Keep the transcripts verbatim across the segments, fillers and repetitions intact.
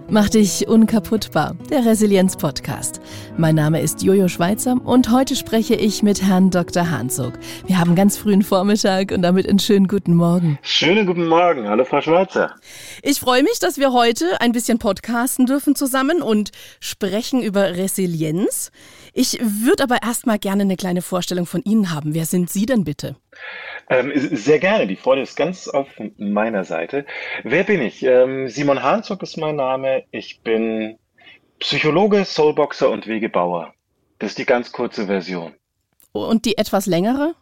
Mach dich unkaputtbar, der Resilienz-Podcast. Mein Name ist Jojo Schweizer und heute spreche ich mit Herrn Doktor Hanzog. Wir haben ganz frühen Vormittag und damit einen schönen guten Morgen. Schönen guten Morgen. Hallo, Frau Schweizer. Ich freue mich, dass wir heute ein bisschen podcasten dürfen zusammen und sprechen über Resilienz. Ich würde aber erstmal gerne eine kleine Vorstellung von Ihnen haben. Wer sind Sie denn bitte? Ähm, sehr gerne. Die Freude ist ganz auf meiner Seite. Wer bin ich? Ähm, Simon Hanzog ist mein Name. Ich bin Psychologe, Soulboxer und Wegebauer. Das ist die ganz kurze Version. Und die etwas längere?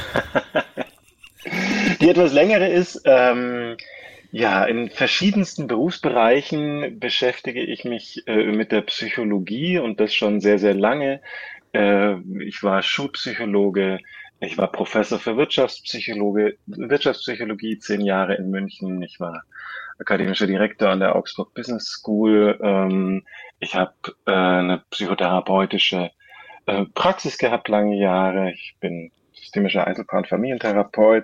Die etwas längere ist, ähm, ja, in verschiedensten Berufsbereichen beschäftige ich mich äh, mit der Psychologie und das schon sehr, sehr lange. Äh, ich war Schulpsychologe. Ich war Professor für Wirtschaftspsychologe, Wirtschaftspsychologie, zehn Jahre in München. Ich war akademischer Direktor an der Augsburg Business School. Ähm, ich habe äh, eine psychotherapeutische äh, Praxis gehabt, lange Jahre. Ich bin systemischer Einzelpaar- und Familientherapeut.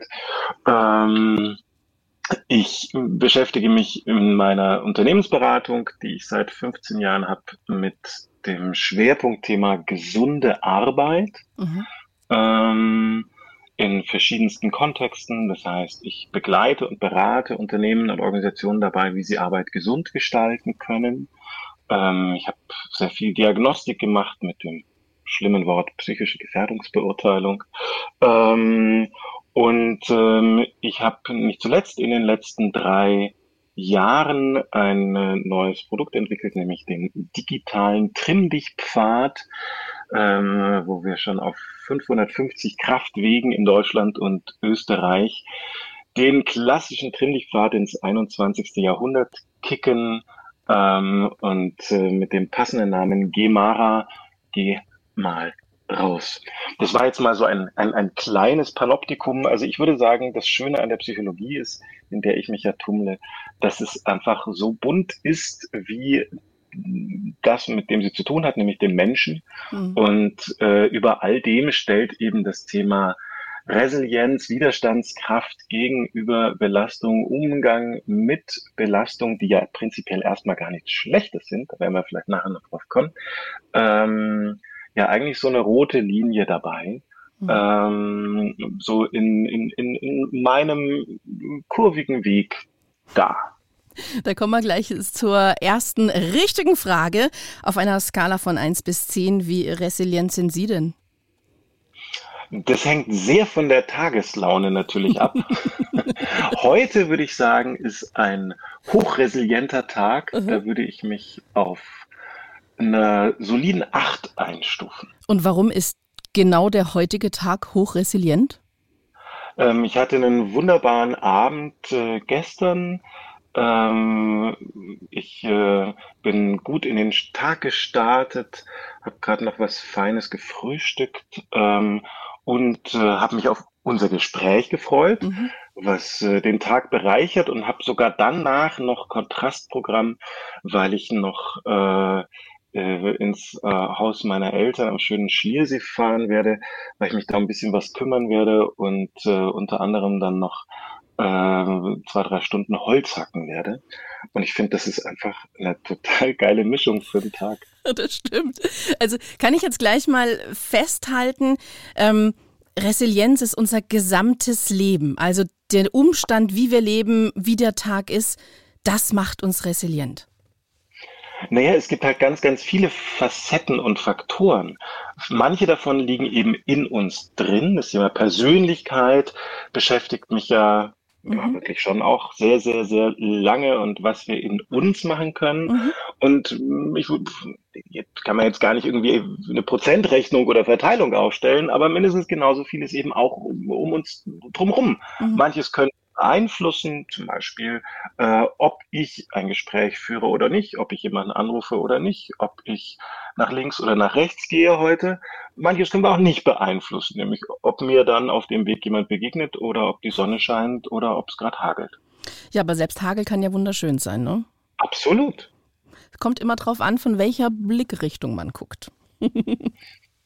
Ähm, ich beschäftige mich in meiner Unternehmensberatung, die ich seit fünfzehn Jahren habe, mit dem Schwerpunktthema gesunde Arbeit. Mhm. Ähm, in verschiedensten Kontexten. Das heißt, ich begleite und berate Unternehmen und Organisationen dabei, wie sie Arbeit gesund gestalten können. Ähm, ich habe sehr viel Diagnostik gemacht mit dem schlimmen Wort psychische Gefährdungsbeurteilung. Ähm, und ähm, ich habe nicht zuletzt in den letzten drei Jahren ein äh, neues Produkt entwickelt, nämlich den digitalen Trimm-Dich-Pfad, ähm, wo wir schon auf fünfhundertfünfzig Kraftwegen in Deutschland und Österreich den klassischen Trimm-Dich-Pfad ins einundzwanzigste Jahrhundert kicken ähm, und äh, mit dem passenden Namen Gemara, geh mal raus. Das war jetzt mal so ein, ein, ein kleines Panoptikum. Also ich würde sagen, das Schöne an der Psychologie ist, in der ich mich ja tummle, dass es einfach so bunt ist, wie das, mit dem sie zu tun hat, nämlich dem Menschen. Mhm. Und äh, über all dem stellt eben das Thema Resilienz, Widerstandskraft gegenüber Belastung, Umgang mit Belastung, die ja prinzipiell erstmal gar nichts Schlechtes sind, da werden wir vielleicht nachher noch drauf kommen, ähm, ja eigentlich so eine rote Linie dabei. Mhm. Ähm, so in, in, in, in meinem kurvigen Weg da. Da kommen wir gleich zur ersten richtigen Frage. Auf einer Skala von eins bis zehn, wie resilient sind Sie denn? Das hängt sehr von der Tageslaune natürlich ab. Heute würde ich sagen, ist ein hochresilienter Tag. Mhm. Da würde ich mich auf einer soliden acht einstufen. Und warum ist genau der heutige Tag hochresilient? Ähm, ich hatte einen wunderbaren Abend äh, gestern. Ähm, ich äh, bin gut in den Tag gestartet, habe gerade noch was Feines gefrühstückt ähm, und äh, habe mich auf unser Gespräch gefreut, mhm. was äh, den Tag bereichert, und habe sogar danach noch Kontrastprogramm, weil ich noch äh, äh, ins äh, Haus meiner Eltern am schönen Schliersee fahren werde, weil ich mich da ein bisschen was kümmern werde und äh, unter anderem dann noch äh, zwei, drei Stunden Holz hacken werde. Und ich finde, das ist einfach eine total geile Mischung für den Tag. Das stimmt. Also kann ich jetzt gleich mal festhalten, ähm, Resilienz ist unser gesamtes Leben. Also der Umstand, wie wir leben, wie der Tag ist, das macht uns resilient. Naja, es gibt halt ganz, ganz viele Facetten und Faktoren. Manche davon liegen eben in uns drin. Das Thema Persönlichkeit beschäftigt mich ja, mhm. ja wirklich schon auch sehr, sehr, sehr lange, und was wir in uns machen können. Mhm. Und ich jetzt kann man jetzt gar nicht irgendwie eine Prozentrechnung oder Verteilung aufstellen, aber mindestens genauso viel ist eben auch um, um uns drumherum. Mhm. Manches können beeinflussen, zum Beispiel, äh, ob ich ein Gespräch führe oder nicht, ob ich jemanden anrufe oder nicht, ob ich nach links oder nach rechts gehe heute. Manches können wir auch nicht beeinflussen, nämlich ob mir dann auf dem Weg jemand begegnet oder ob die Sonne scheint oder ob es gerade hagelt. Ja, aber selbst Hagel kann ja wunderschön sein, ne? Absolut. Es kommt immer drauf an, von welcher Blickrichtung man guckt.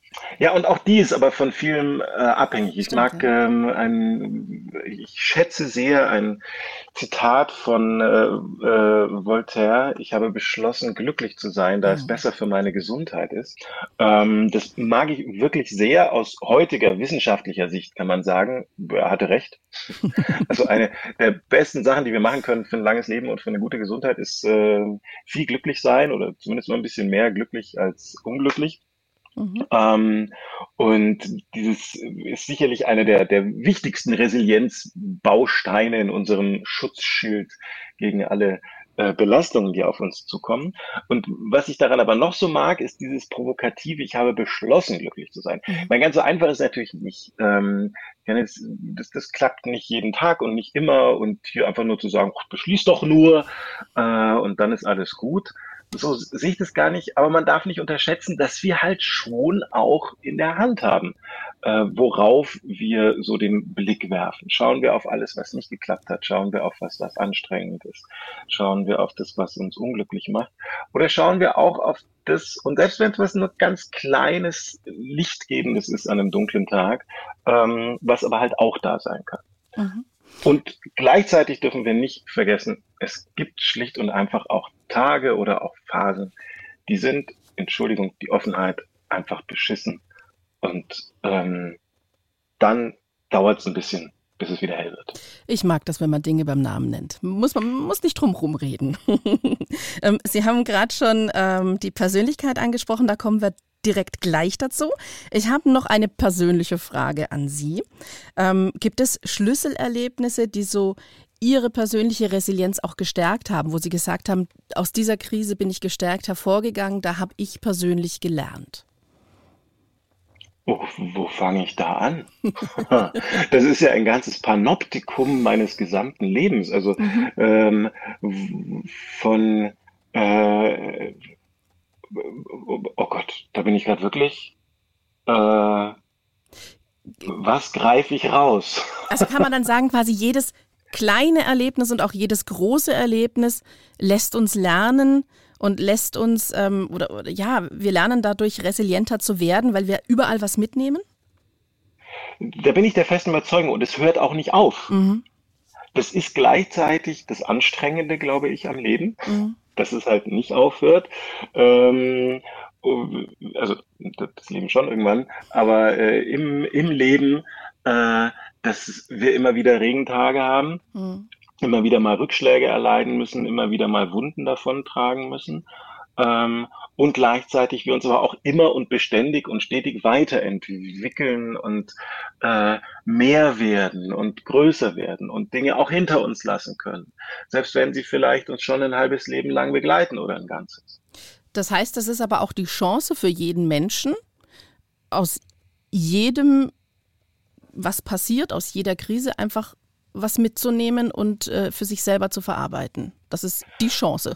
Ja, und auch die ist aber von vielem äh, abhängig. Ich Stimmt, mag ja. ähm, ein, ich schätze sehr ein Zitat von äh, äh, Voltaire: Ich habe beschlossen, glücklich zu sein, da es Mhm. besser für meine Gesundheit ist. Ähm, das mag ich wirklich sehr. Aus heutiger wissenschaftlicher Sicht kann man sagen, er hatte recht. Also eine der besten Sachen, die wir machen können für ein langes Leben und für eine gute Gesundheit, ist äh, viel glücklich sein oder zumindest mal ein bisschen mehr glücklich als unglücklich. Mhm. Ähm, und dieses ist sicherlich einer der, der wichtigsten Resilienzbausteine in unserem Schutzschild gegen alle äh, Belastungen, die auf uns zukommen. Und was ich daran aber noch so mag, ist dieses Provokative: Ich habe beschlossen, glücklich zu sein. Mhm. Mein ganz so einfach ist natürlich nicht. Ähm, ich kann jetzt, das, das klappt nicht jeden Tag und nicht immer, und hier einfach nur zu sagen, ach, beschließ doch nur äh, und dann ist alles gut. So sehe ich das gar nicht, aber man darf nicht unterschätzen, dass wir halt schon auch in der Hand haben, äh, worauf wir so den Blick werfen. Schauen wir auf alles, was nicht geklappt hat, schauen wir auf was, was anstrengend ist, schauen wir auf das, was uns unglücklich macht, oder schauen wir auch auf das, und selbst wenn es was nur ganz kleines, Lichtgebendes ist an einem dunklen Tag, ähm, was aber halt auch da sein kann. Mhm. Und gleichzeitig dürfen wir nicht vergessen, es gibt schlicht und einfach auch Tage oder auch Phasen, die sind, Entschuldigung, die Offenheit, einfach beschissen. Und ähm, dann dauert es ein bisschen, bis es wieder hell wird. Ich mag das, wenn man Dinge beim Namen nennt. Muss man muss nicht drum reden. ähm, Sie haben gerade schon ähm, die Persönlichkeit angesprochen, da kommen wir direkt gleich dazu. Ich habe noch eine persönliche Frage an Sie. Ähm, gibt es Schlüsselerlebnisse, die so Ihre persönliche Resilienz auch gestärkt haben, wo Sie gesagt haben, aus dieser Krise bin ich gestärkt hervorgegangen, da habe ich persönlich gelernt? Wo, wo fange ich da an? Das ist ja ein ganzes Panoptikum meines gesamten Lebens. Also Mhm. ähm, von, äh, oh Gott, da bin ich gerade wirklich, äh, was greife ich raus? Also kann man dann sagen, quasi jedes kleine Erlebnis und auch jedes große Erlebnis lässt uns lernen und lässt uns, ähm, oder, oder ja, wir lernen dadurch resilienter zu werden, weil wir überall was mitnehmen? Da bin ich der festen Überzeugung, und es hört auch nicht auf. Mhm. Das ist gleichzeitig das Anstrengende, glaube ich, am Leben, Mhm. dass es halt nicht aufhört. Ähm, also das Leben schon irgendwann, aber äh, im, im Leben, äh, dass wir immer wieder Regentage haben, Mhm. immer wieder mal Rückschläge erleiden müssen, immer wieder mal Wunden davontragen müssen. Ähm, und gleichzeitig wir uns aber auch immer und beständig und stetig weiterentwickeln und äh, mehr werden und größer werden und Dinge auch hinter uns lassen können. Selbst wenn sie vielleicht uns schon ein halbes Leben lang begleiten oder ein ganzes. Das heißt, das ist aber auch die Chance für jeden Menschen, aus jedem, was passiert, aus jeder Krise einfach was mitzunehmen und äh, für sich selber zu verarbeiten. Das ist die Chance.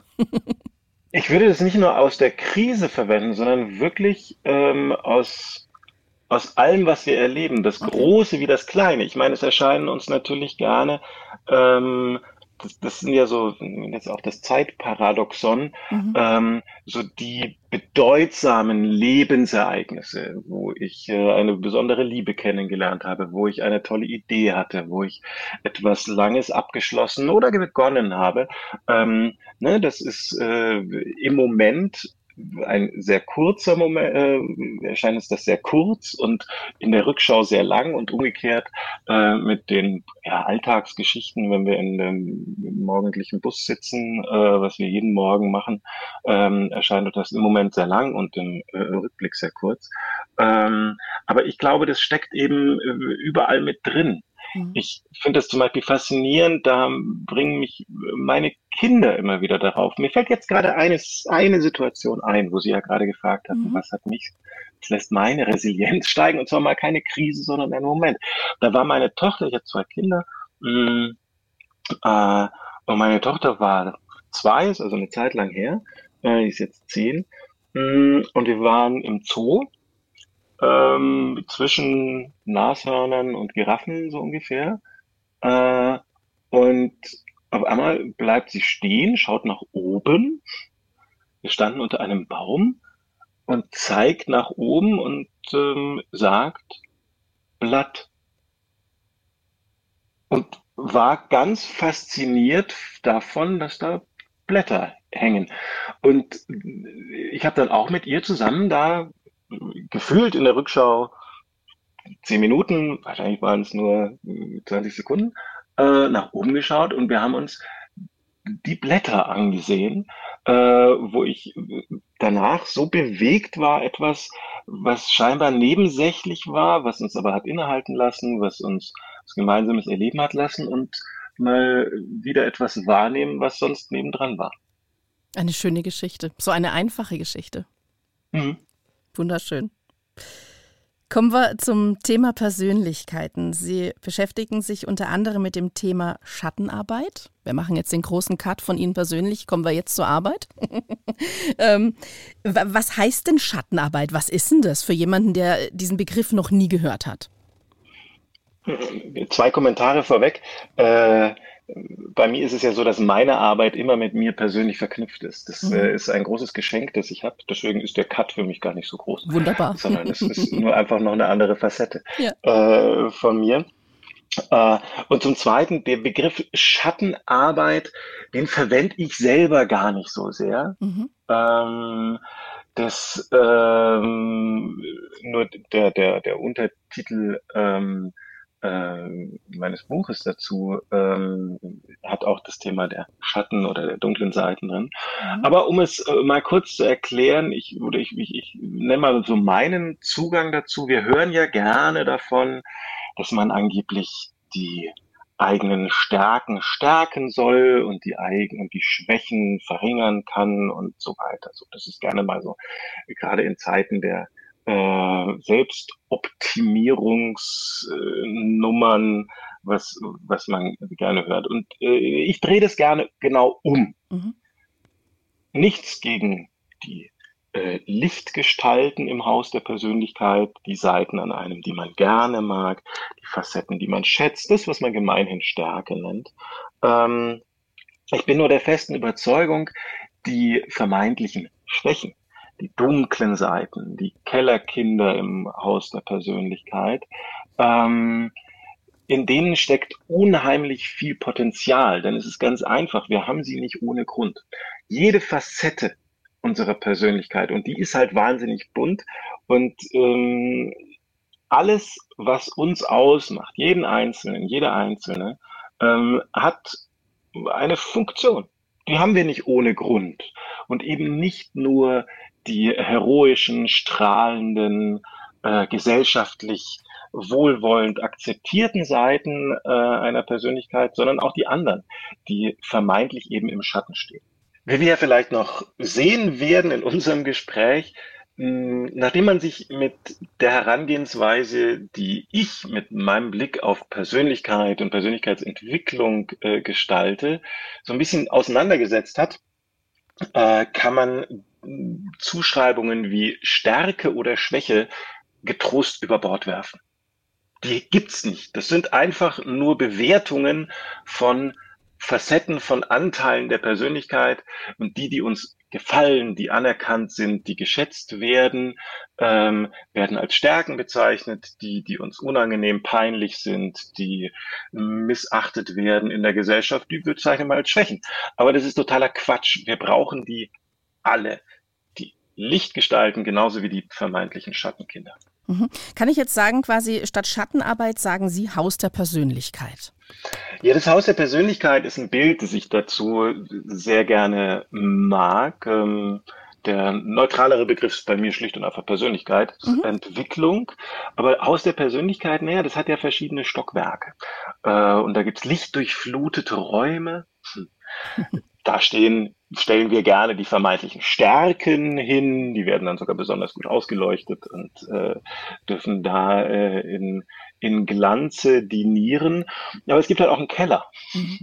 Ich würde das nicht nur aus der Krise verwenden, sondern wirklich ähm, aus Aus allem, was wir erleben, das Okay. Große wie das Kleine. Ich meine, es erscheinen uns natürlich gerne, ähm, das, das sind ja so, jetzt auch das Zeitparadoxon, Mhm. ähm, so die bedeutsamen Lebensereignisse, wo ich äh, eine besondere Liebe kennengelernt habe, wo ich eine tolle Idee hatte, wo ich etwas Langes abgeschlossen oder begonnen habe. Ähm, ne, das ist äh, im Moment ein sehr kurzer Moment, äh, erscheint uns das sehr kurz und in der Rückschau sehr lang, und umgekehrt äh, mit den ja, Alltagsgeschichten, wenn wir in dem morgendlichen Bus sitzen, äh, was wir jeden Morgen machen, ähm, erscheint uns das im Moment sehr lang und im äh, Rückblick sehr kurz. Ähm, aber ich glaube, das steckt eben äh, überall mit drin. Mhm. Ich finde das zum Beispiel faszinierend, da bringen mich meine Kinder immer wieder darauf. Mir fällt jetzt gerade eines, eine Situation ein, wo Sie ja gerade gefragt hatten, Mhm. was hat mich, was lässt meine Resilienz steigen? Und zwar mal keine Krise, sondern einen Moment. Da war meine Tochter, ich habe zwei Kinder, mh, äh, und meine Tochter war zwei, ist also eine Zeit lang her, äh, die ist jetzt zehn, mh, und wir waren im Zoo, ähm, zwischen Nashörnern und Giraffen so ungefähr. Äh, und auf einmal bleibt sie stehen, schaut nach oben. Wir standen unter einem Baum, und zeigt nach oben und ähm, sagt Blatt. Und war ganz fasziniert davon, dass da Blätter hängen. Und ich habe dann auch mit ihr zusammen da gefühlt in der Rückschau zehn Minuten, wahrscheinlich waren es nur zwanzig Sekunden, äh, nach oben geschaut und wir haben uns die Blätter angesehen, äh, wo ich danach so bewegt war, etwas, was scheinbar nebensächlich war, was uns aber hat innehalten lassen, was uns das gemeinsames Erleben hat lassen und mal wieder etwas wahrnehmen, was sonst nebendran war. Eine schöne Geschichte, so eine einfache Geschichte. Mhm. Wunderschön. Kommen wir zum Thema Persönlichkeiten. Sie beschäftigen sich unter anderem mit dem Thema Schattenarbeit. Wir machen jetzt den großen Cut von Ihnen persönlich. Kommen wir jetzt zur Arbeit. ähm, was heißt denn Schattenarbeit? Was ist denn das für jemanden, der diesen Begriff noch nie gehört hat? Zwei Kommentare vorweg. Äh, bei mir ist es ja so, dass meine Arbeit immer mit mir persönlich verknüpft ist. Das Mhm. äh, ist ein großes Geschenk, das ich habe. Deswegen ist der Cut für mich gar nicht so groß, Wunderbar. sondern es ist nur einfach noch eine andere Facette Ja. äh, von mir. Äh, und zum Zweiten, der Begriff Schattenarbeit, den verwende ich selber gar nicht so sehr. Mhm. Ähm, das ähm, nur der der der Untertitel ähm, äh, meines Buches dazu ähm, hat auch das Thema der Schatten oder der dunklen Seiten drin. Mhm. Aber um es äh, mal kurz zu erklären, ich oder ich, ich, ich nenne mal so meinen Zugang dazu. Wir hören ja gerne davon, dass man angeblich die eigenen Stärken stärken soll und die eigenen die Schwächen verringern kann und so weiter. So, das ist gerne mal so, gerade in Zeiten der äh, Selbstoptimierungsnummern, was, was man gerne hört. Und äh, ich drehe das gerne genau um. Mhm. Nichts gegen die äh, Lichtgestalten im Haus der Persönlichkeit, die Seiten an einem, die man gerne mag, die Facetten, die man schätzt, das, was man gemeinhin Stärke nennt. Ähm, ich bin nur der festen Überzeugung, die vermeintlichen Schwächen, die dunklen Seiten, die Kellerkinder im Haus der Persönlichkeit, ähm, in denen steckt unheimlich viel Potenzial, denn es ist ganz einfach, wir haben sie nicht ohne Grund. Jede Facette unserer Persönlichkeit, und die ist halt wahnsinnig bunt, und ähm, alles, was uns ausmacht, jeden Einzelnen, jede Einzelne, ähm, hat eine Funktion. Die haben wir nicht ohne Grund. Und eben nicht nur die heroischen, strahlenden, äh, gesellschaftlich wohlwollend akzeptierten Seiten äh, einer Persönlichkeit, sondern auch die anderen, die vermeintlich eben im Schatten stehen. Wie wir ja vielleicht noch sehen werden in unserem Gespräch, mh, nachdem man sich mit der Herangehensweise, die ich mit meinem Blick auf Persönlichkeit und Persönlichkeitsentwicklung äh, gestalte, so ein bisschen auseinandergesetzt hat, äh, kann man mh, Zuschreibungen wie Stärke oder Schwäche getrost über Bord werfen. Die gibt's nicht. Das sind einfach nur Bewertungen von Facetten, von Anteilen der Persönlichkeit, und die, die uns gefallen, die anerkannt sind, die geschätzt werden, ähm, werden als Stärken bezeichnet, die, die uns unangenehm peinlich sind, die missachtet werden in der Gesellschaft, die bezeichnen wir als Schwächen. Aber das ist totaler Quatsch. Wir brauchen die alle. Die Lichtgestalten genauso wie die vermeintlichen Schattenkinder. Mhm. Kann ich jetzt sagen, quasi statt Schattenarbeit sagen Sie Haus der Persönlichkeit? Ja, das Haus der Persönlichkeit ist ein Bild, das ich dazu sehr gerne mag. Ähm, der neutralere Begriff ist bei mir schlicht und einfach Mhm. Persönlichkeitsentwicklung. Aber Haus der Persönlichkeit, naja, das hat ja verschiedene Stockwerke. Äh, und da gibt's lichtdurchflutete Räume. Hm. Da stehen, stellen wir gerne die vermeintlichen Stärken hin. Die werden dann sogar besonders gut ausgeleuchtet und äh, dürfen da äh, in, in Glanze dinieren. Aber es gibt halt auch einen Keller Mhm.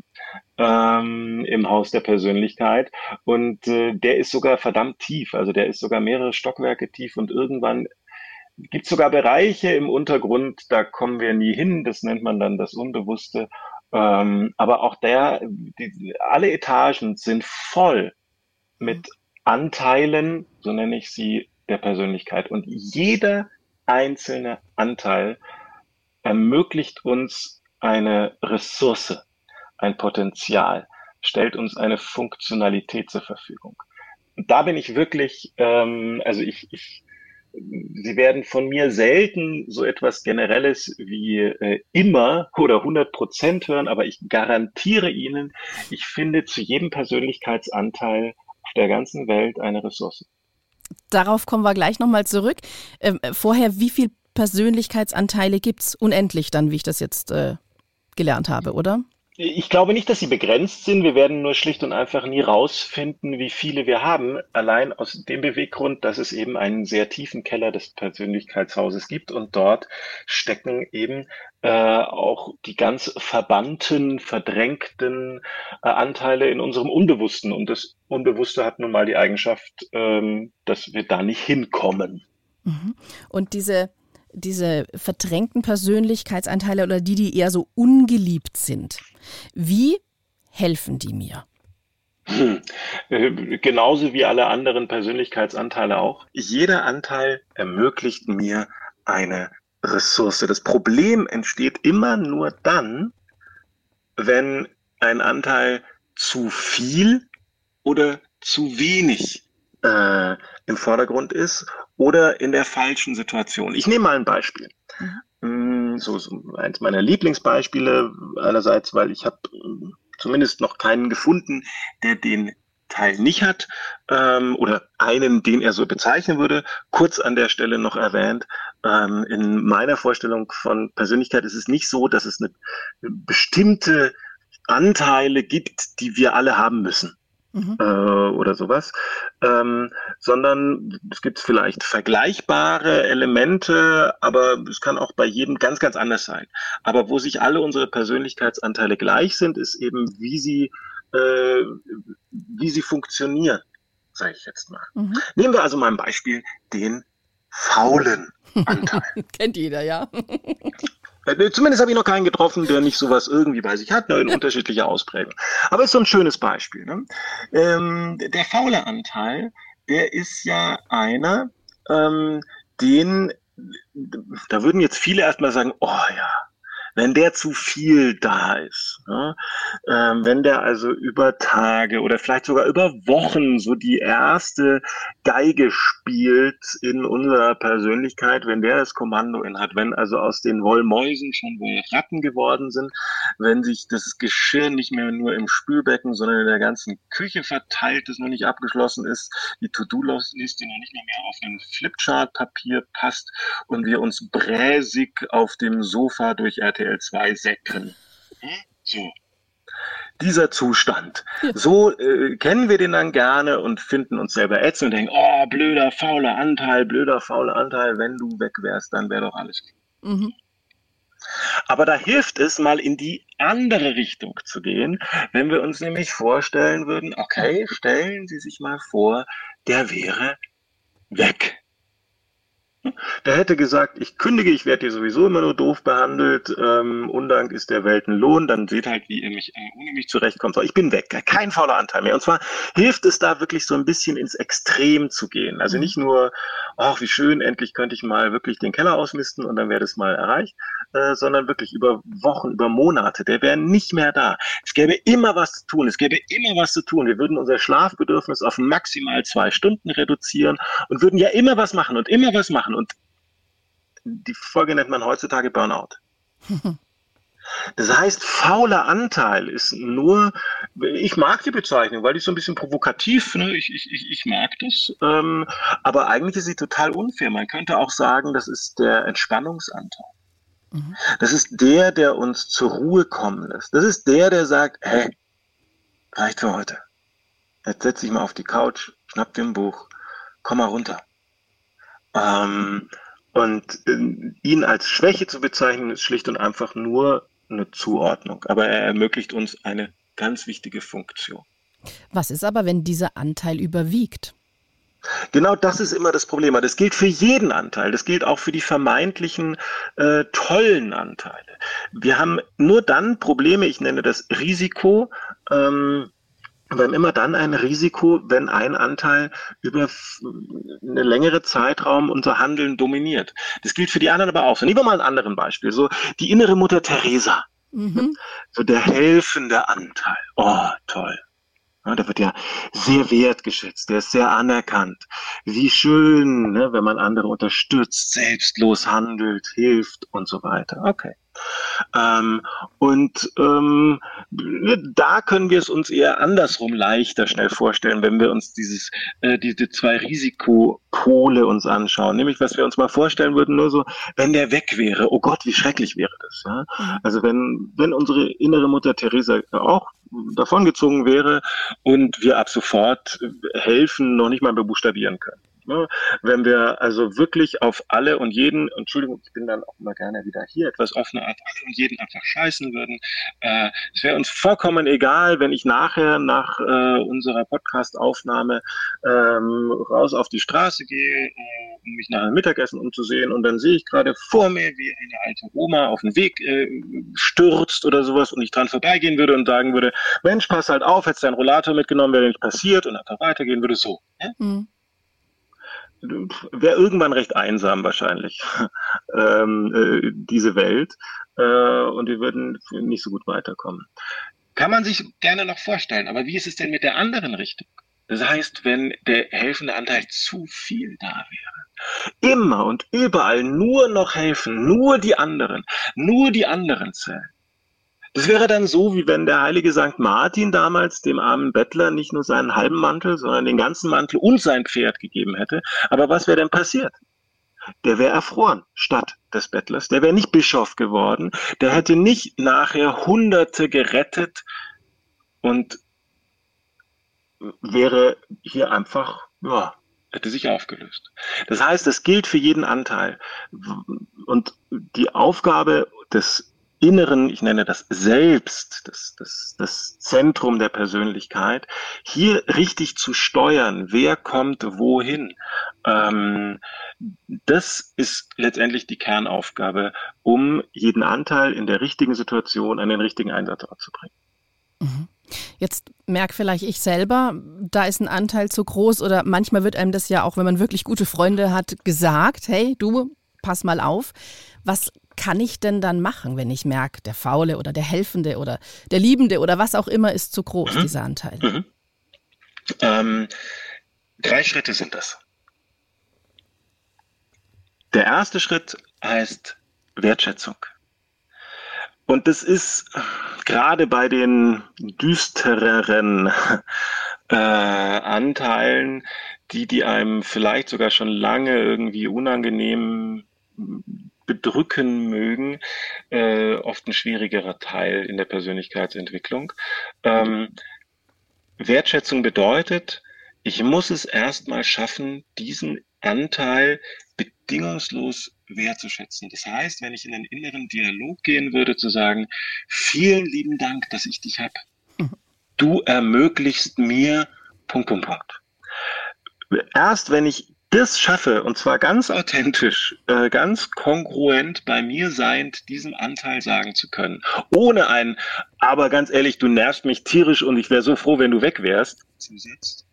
ähm, im Haus der Persönlichkeit, und äh, der ist sogar verdammt tief. Also der ist sogar mehrere Stockwerke tief, und irgendwann gibt es sogar Bereiche im Untergrund, da kommen wir nie hin. Das nennt man dann das Unbewusste. Ähm, aber auch der, die, alle Etagen sind voll Mhm. mit Anteilen, so nenne ich sie, der Persönlichkeit. Und jeder einzelne Anteil ermöglicht uns eine Ressource, ein Potenzial, stellt uns eine Funktionalität zur Verfügung. Und da bin ich wirklich, ähm, also ich, ich, Sie werden von mir selten so etwas Generelles wie äh, immer oder hundert Prozent hören, aber ich garantiere Ihnen, ich finde zu jedem Persönlichkeitsanteil auf der ganzen Welt eine Ressource. Darauf kommen wir gleich nochmal zurück. Ähm, vorher, wie viele Persönlichkeitsanteile gibt es? Unendlich dann, wie ich das jetzt äh, gelernt habe, oder? Ich glaube nicht, dass sie begrenzt sind. Wir werden nur schlicht und einfach nie rausfinden, wie viele wir haben. Allein aus dem Beweggrund, dass es eben einen sehr tiefen Keller des Persönlichkeitshauses gibt und dort stecken eben äh, auch die ganz verbannten, verdrängten äh, Anteile in unserem Unbewussten. Und das Unbewusste hat nun mal die Eigenschaft, ähm, dass wir da nicht hinkommen. Mhm. Und diese diese verdrängten Persönlichkeitsanteile oder die, die eher so ungeliebt sind, wie helfen die mir? Hm. Äh, genauso wie alle anderen Persönlichkeitsanteile auch. Jeder Anteil ermöglicht mir eine Ressource. Das Problem entsteht immer nur dann, wenn ein Anteil zu viel oder zu wenig äh, im Vordergrund ist oder in der falschen Situation. Ich nehme mal ein Beispiel. Mhm. So, so eins meiner Lieblingsbeispiele einerseits, weil ich habe zumindest noch keinen gefunden, der den Teil nicht hat ähm, oder einen, den er so bezeichnen würde. Kurz an der Stelle noch erwähnt, ähm, in meiner Vorstellung von Persönlichkeit ist es nicht so, dass es eine bestimmte Anteile gibt, die wir alle haben müssen. Mhm. Äh, oder sowas, ähm, sondern es gibt vielleicht vergleichbare Elemente, aber es kann auch bei jedem ganz, ganz anders sein. Aber wo sich alle unsere Persönlichkeitsanteile gleich sind, ist eben, wie sie, äh, wie sie funktionieren, sage ich jetzt mal. Mhm. Nehmen wir also mal ein Beispiel, den faulen Anteil. Kennt jeder, ja. Zumindest habe ich noch keinen getroffen, der nicht sowas irgendwie bei sich hat, nur in unterschiedlicher Ausprägung. Aber ist so ein schönes Beispiel. Ne? Ähm, der faule Anteil, der ist ja einer, ähm, den, da würden jetzt viele erstmal sagen, oh ja, wenn der zu viel da ist, ne? ähm, wenn der also über Tage oder vielleicht sogar über Wochen so die erste Geige spielt in unserer Persönlichkeit, wenn der das Kommando in hat, wenn also aus den Wollmäusen schon wohl Ratten geworden sind, wenn sich das Geschirr nicht mehr nur im Spülbecken, sondern in der ganzen Küche verteilt ist, noch nicht abgeschlossen ist, die To-Do-Liste noch nicht mehr, mehr auf einem Flipchart-Papier passt und wir uns bräsig auf dem Sofa durch R T L zwei säcken. So. Dieser Zustand. Ja. So äh, kennen wir den dann gerne und finden uns selber ätzend und denken, oh, blöder, fauler Anteil, blöder, fauler Anteil, wenn du weg wärst, dann wäre doch alles gut. Mhm. Aber da hilft es, mal in die andere Richtung zu gehen, wenn wir uns nämlich vorstellen würden, okay, stellen Sie sich mal vor, der wäre weg. Der hätte gesagt, ich kündige, ich werde hier sowieso immer nur doof behandelt, ähm, Undank ist der Welt ein Lohn, dann seht halt, wie ihr mich äh, ohne mich zurechtkommt. So, ich bin weg, kein fauler Anteil mehr. Und zwar hilft es da wirklich so ein bisschen ins Extrem zu gehen. Also nicht nur, ach wie schön, endlich könnte ich mal wirklich den Keller ausmisten und dann wäre das mal erreicht, äh, sondern wirklich über Wochen, über Monate, der wäre nicht mehr da. Es gäbe immer was zu tun, es gäbe immer was zu tun. Wir würden unser Schlafbedürfnis auf maximal zwei Stunden reduzieren und würden ja immer was machen und immer was machen. Und die Folge nennt man heutzutage Burnout. Das heißt, fauler Anteil ist nur, ich mag die Bezeichnung, weil die ist so ein bisschen provokativ, ne? ich, ich, ich mag das, ähm, aber eigentlich ist sie total unfair. Man könnte auch sagen, das ist der Entspannungsanteil. Mhm. Das ist der, der uns zur Ruhe kommen lässt. Das ist der, der sagt, hey, reicht für heute. Jetzt setz dich mal auf die Couch, schnapp dir ein Buch, komm mal runter. Ähm, Und äh, ihn als Schwäche zu bezeichnen, ist schlicht und einfach nur eine Zuordnung. Aber er ermöglicht uns eine ganz wichtige Funktion. Was ist aber, wenn dieser Anteil überwiegt? Genau das ist immer das Problem. Das gilt für jeden Anteil. Das gilt auch für die vermeintlichen äh, tollen Anteile. Wir haben nur dann Probleme, ich nenne das Risiko, ähm, Wir haben immer dann ein Risiko, wenn ein Anteil über eine längere Zeitraum unser Handeln dominiert. Das gilt für die anderen aber auch. So, nehmen wir mal ein anderes Beispiel. So die innere Mutter Teresa. Mhm. So der helfende Anteil. Oh, toll. Ja, der wird ja sehr wertgeschätzt, der ist sehr anerkannt. Wie schön, ne, wenn man andere unterstützt, selbstlos handelt, hilft und so weiter. Okay. Ähm, und ähm, da können wir es uns eher andersrum leichter schnell vorstellen, wenn wir uns dieses, äh, diese zwei Risikopole uns anschauen. Nämlich, was wir uns mal vorstellen würden, nur so, wenn der weg wäre, oh Gott, wie schrecklich wäre das. Ja? Mhm. Also wenn, wenn unsere innere Mutter Teresa auch davongezogen wäre und wir ab sofort helfen noch nicht mal bebuchstabieren können. Ne? Wenn wir also wirklich auf alle und jeden, Entschuldigung, ich bin dann auch immer gerne wieder hier, etwas offener, auf alle und jeden einfach scheißen würden. Äh, es wäre uns vollkommen egal, wenn ich nachher nach äh, unserer Podcast-Aufnahme ähm, raus auf die Straße gehe, äh, um mich nach einem Mittagessen umzusehen und dann sehe ich gerade vor mir, wie eine alte Oma auf den Weg äh, stürzt oder sowas und ich dran vorbeigehen würde und sagen würde, Mensch, pass halt auf, hättest deinen Rollator mitgenommen, wäre nicht passiert und einfach weitergehen würde, so. Ja? Mhm. Wäre irgendwann recht einsam wahrscheinlich, ähm, äh, diese Welt, äh, und wir würden nicht so gut weiterkommen. Kann man sich gerne noch vorstellen, aber wie ist es denn mit der anderen Richtung? Das heißt, wenn der helfende Anteil zu viel da wäre, immer und überall nur noch helfen, nur die anderen, nur die anderen zählen. Das wäre dann so, wie wenn der heilige Sankt Martin damals dem armen Bettler nicht nur seinen halben Mantel, sondern den ganzen Mantel und sein Pferd gegeben hätte. Aber was wäre denn passiert? Der wäre erfroren statt des Bettlers. Der wäre nicht Bischof geworden. Der hätte nicht nachher Hunderte gerettet und wäre hier einfach, ja, hätte sich aufgelöst. Das heißt, es gilt für jeden Anteil. Und die Aufgabe des Inneren, ich nenne das Selbst, das, das, das Zentrum der Persönlichkeit, hier richtig zu steuern, wer kommt wohin. Ähm, das ist letztendlich die Kernaufgabe, um jeden Anteil in der richtigen Situation an den richtigen Einsatzort zu bringen. Mhm. Jetzt merke vielleicht ich selber, da ist ein Anteil zu groß oder manchmal wird einem das ja auch, wenn man wirklich gute Freunde hat, gesagt, hey, du, pass mal auf. Was kann ich denn dann machen, wenn ich merke, der Faule oder der Helfende oder der Liebende oder was auch immer ist zu groß, mhm. dieser Anteil? Mhm. Ähm, drei Schritte sind das. Der erste Schritt heißt Wertschätzung. Und das ist gerade bei den düstereren äh, Anteilen, die, die einem vielleicht sogar schon lange irgendwie unangenehm bedrücken mögen, äh, oft ein schwierigerer Teil in der Persönlichkeitsentwicklung. Ähm, Wertschätzung bedeutet, ich muss es erstmal schaffen, diesen Anteil bedingungslos wertzuschätzen. Das heißt, wenn ich in einen inneren Dialog gehen würde, zu sagen, vielen lieben Dank, dass ich dich habe. Du ermöglichst mir Punkt, Punkt, Punkt. Erst wenn ich das schaffe, und zwar ganz authentisch, äh, ganz kongruent bei mir seiend, diesem Anteil sagen zu können, ohne ein, aber ganz ehrlich, du nervst mich tierisch und ich wäre so froh, wenn du weg wärst, zusetzt.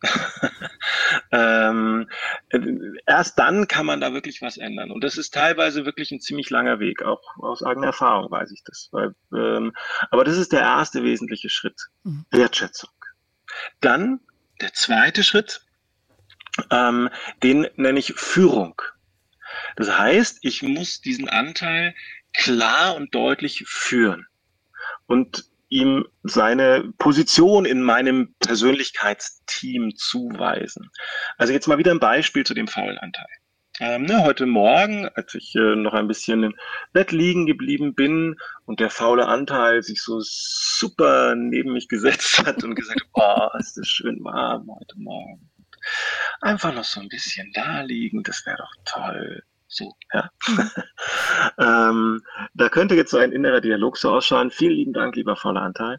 ähm, erst dann kann man da wirklich was ändern. Und das ist teilweise wirklich ein ziemlich langer Weg, auch aus eigener Erfahrung weiß ich das. Weil, ähm, aber das ist der erste wesentliche Schritt, mhm. Wertschätzung. Dann der zweite Schritt, Ähm, den nenne ich Führung. Das heißt, ich muss diesen Anteil klar und deutlich führen und ihm seine Position in meinem Persönlichkeitsteam zuweisen. Also jetzt mal wieder ein Beispiel zu dem faulen Anteil. Ähm, ne, heute Morgen, als ich äh, noch ein bisschen im Bett liegen geblieben bin und der faule Anteil sich so super neben mich gesetzt hat und gesagt hat, oh, ist das schön warm heute Morgen. Einfach noch so ein bisschen da liegen, das wäre doch toll. So, ja. ähm, da könnte jetzt so ein innerer Dialog so ausschauen. Vielen lieben Dank, lieber fauler Anteil.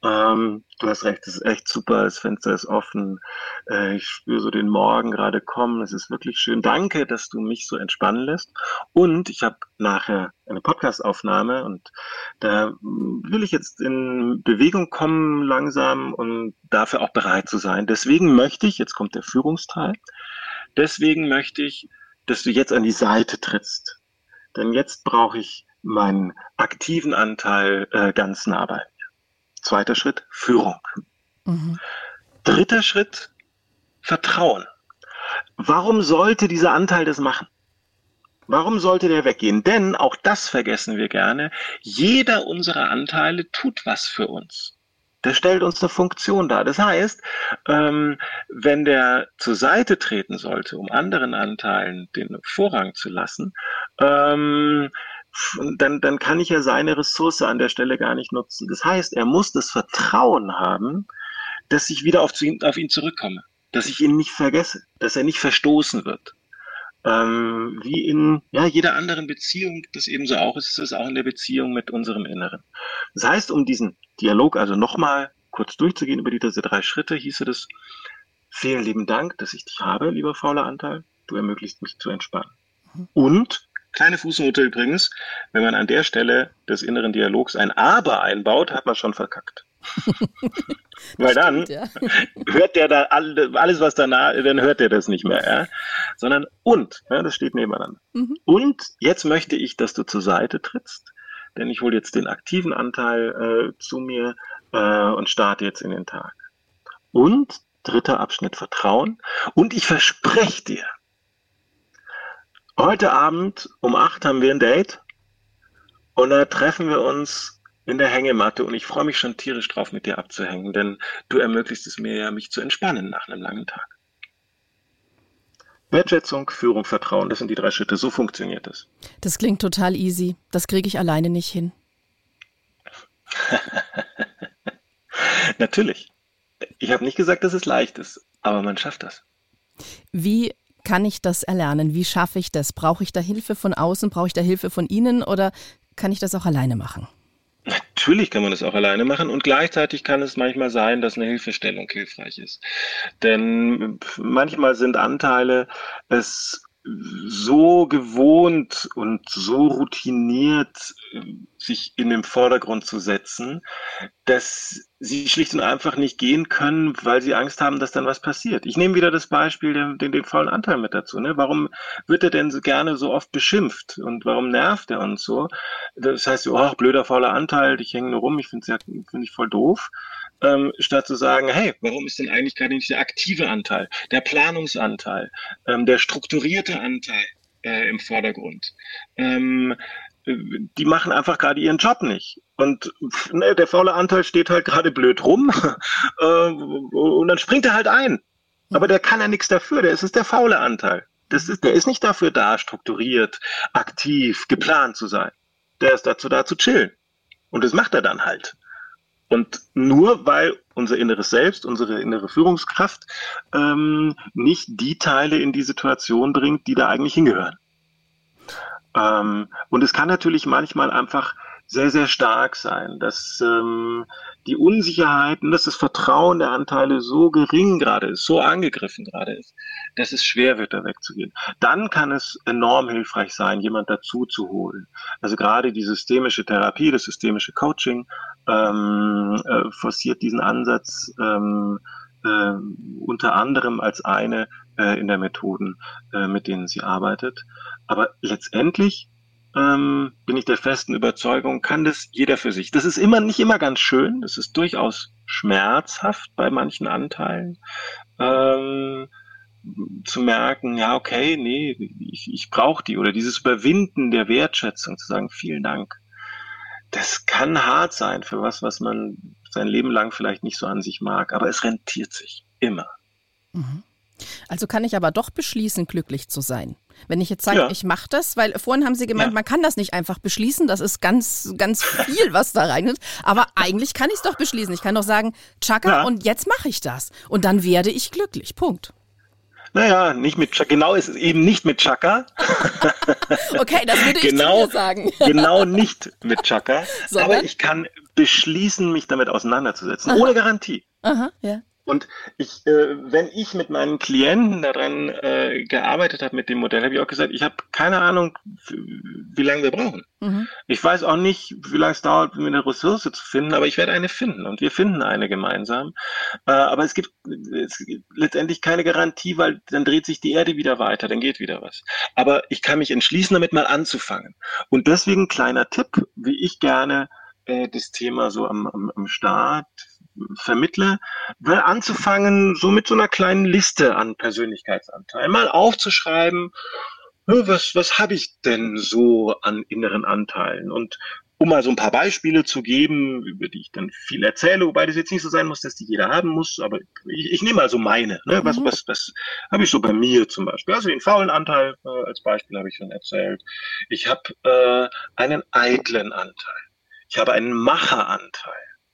Ähm, du hast recht, es ist echt super, das Fenster ist offen. Äh, ich spüre so den Morgen gerade kommen. Es ist wirklich schön. Danke, dass du mich so entspannen lässt. Und ich habe nachher eine Podcastaufnahme und da will ich jetzt in Bewegung kommen langsam und dafür auch bereit zu sein. Deswegen möchte ich, jetzt kommt der Führungsteil, deswegen möchte ich, dass du jetzt an die Seite trittst. Denn jetzt brauche ich meinen aktiven Anteil äh, ganz nah bei mir. Zweiter Schritt, Führung. Mhm. Dritter Schritt, Vertrauen. Warum sollte dieser Anteil das machen? Warum sollte der weggehen? Denn, auch das vergessen wir gerne, jeder unserer Anteile tut was für uns. Der stellt uns eine Funktion dar. Das heißt, ähm, wenn der zur Seite treten sollte, um anderen Anteilen den Vorrang zu lassen, ähm, Dann, dann kann ich ja seine Ressource an der Stelle gar nicht nutzen. Das heißt, er muss das Vertrauen haben, dass ich wieder auf, zu ihn, auf ihn zurückkomme, dass ich ihn nicht vergesse, dass er nicht verstoßen wird. Ähm, wie in ja, jeder anderen Beziehung das ebenso auch ist, ist es auch in der Beziehung mit unserem Inneren. Das heißt, um diesen Dialog also nochmal kurz durchzugehen über diese drei Schritte, hieße das: Vielen lieben Dank, dass ich dich habe, lieber fauler Anteil. Du ermöglichst mich zu entspannen. Mhm. Und kleine Fußnote übrigens, wenn man an der Stelle des inneren Dialogs ein Aber einbaut, hat man schon verkackt. Weil dann stimmt, ja. hört der da alle, alles, was danach, dann hört der das nicht mehr, ja? Sondern und, ja, das steht nebeneinander. Mhm. Und jetzt möchte ich, dass du zur Seite trittst, denn ich hole jetzt den aktiven Anteil äh, zu mir äh, und starte jetzt in den Tag. Und dritter Abschnitt, Vertrauen. Und ich verspreche dir, heute Abend um acht haben wir ein Date und da treffen wir uns in der Hängematte und ich freue mich schon tierisch drauf, mit dir abzuhängen, denn du ermöglichst es mir ja, mich zu entspannen nach einem langen Tag. Wertschätzung, Führung, Vertrauen, das sind die drei Schritte, so funktioniert das. Das klingt total easy, das kriege ich alleine nicht hin. Natürlich. Ich habe nicht gesagt, dass es leicht ist, aber man schafft das. Wie kann ich das erlernen? Wie schaffe ich das? Brauche ich da Hilfe von außen? Brauche ich da Hilfe von Ihnen? Oder kann ich das auch alleine machen? Natürlich kann man das auch alleine machen und gleichzeitig kann es manchmal sein, dass eine Hilfestellung hilfreich ist. Denn manchmal sind Anteile es so gewohnt und so routiniert, sich in den Vordergrund zu setzen, dass sie schlicht und einfach nicht gehen können, weil sie Angst haben, dass dann was passiert. Ich nehme wieder das Beispiel, den, den, den faulen Anteil mit dazu. Ne? Warum wird er denn so gerne so oft beschimpft und warum nervt er uns so? Das heißt, oh, blöder fauler Anteil, ich hänge nur rum, ich finde es ja, find ich voll doof. Ähm, statt zu sagen, hey, warum ist denn eigentlich gerade nicht der aktive Anteil, der Planungsanteil, ähm, der strukturierte Anteil äh, im Vordergrund? Ähm, die machen einfach gerade ihren Job nicht. Und ne, der faule Anteil steht halt gerade blöd rum äh, und dann springt er halt ein. Aber der kann ja nichts dafür, der ist, ist der faule Anteil. Das ist, der ist nicht dafür da, strukturiert, aktiv, geplant zu sein. Der ist dazu da zu chillen. Und das macht er dann halt. Und nur weil unser inneres Selbst, unsere innere Führungskraft ähm, nicht die Teile in die Situation bringt, die da eigentlich hingehören. Ähm, und es kann natürlich manchmal einfach sehr, sehr stark sein, dass ähm, die Unsicherheiten, dass das Vertrauen der Anteile so gering gerade ist, so angegriffen gerade ist, dass es schwer wird, da wegzugehen. Dann kann es enorm hilfreich sein, jemand dazu zu holen. Also gerade die systemische Therapie, das systemische Coaching ähm, äh, forciert diesen Ansatz ähm, äh, unter anderem als eine äh, in der Methoden, äh, mit denen sie arbeitet. Aber letztendlich ähm, bin ich der festen Überzeugung, kann das jeder für sich. Das ist immer nicht immer ganz schön, das ist durchaus schmerzhaft bei manchen Anteilen, ähm, zu merken, ja okay, nee, ich, ich brauche die, oder dieses Überwinden der Wertschätzung, zu sagen, vielen Dank. Das kann hart sein für was, was man sein Leben lang vielleicht nicht so an sich mag, aber es rentiert sich immer. Mhm. Also kann ich aber doch beschließen, glücklich zu sein. Wenn ich jetzt sage, ja. ich mache das, weil vorhin haben Sie gemeint, ja. man kann das nicht einfach beschließen, das ist ganz, ganz viel, was da rein ist. Aber eigentlich kann ich es doch beschließen. Ich kann doch sagen, tschakka, ja. und jetzt mache ich das. Und dann werde ich glücklich, Punkt. Naja, nicht mit Chaka. Genau ist es eben nicht mit Chaka. Okay, das würde ich genau, zu dir sagen. genau nicht mit Chaka. Sondern? Aber ich kann beschließen, mich damit auseinanderzusetzen. Aha. Ohne Garantie. Aha, ja. Und ich, äh, wenn ich mit meinen Klienten daran äh, gearbeitet habe mit dem Modell, habe ich auch gesagt, ich habe keine Ahnung, wie lange wir brauchen. Mhm. Ich weiß auch nicht, wie lange es dauert, um eine Ressource zu finden, aber ich werde eine finden und wir finden eine gemeinsam. Äh, aber es gibt, es gibt letztendlich keine Garantie, weil dann dreht sich die Erde wieder weiter, dann geht wieder was. Aber ich kann mich entschließen, damit mal anzufangen. Und deswegen kleiner Tipp, wie ich gerne äh, das Thema so am, am, am Start vermittle, weil anzufangen, so mit so einer kleinen Liste an Persönlichkeitsanteilen, mal aufzuschreiben, was, was habe ich denn so an inneren Anteilen? Und um mal so ein paar Beispiele zu geben, über die ich dann viel erzähle, wobei das jetzt nicht so sein muss, dass die jeder haben muss, aber ich, ich nehme mal so meine. Ne? Was, mhm. was, was habe ich so bei mir zum Beispiel? Also den faulen Anteil äh, als Beispiel habe ich schon erzählt. Ich habe äh, einen eitlen Anteil. Ich habe einen Macheranteil.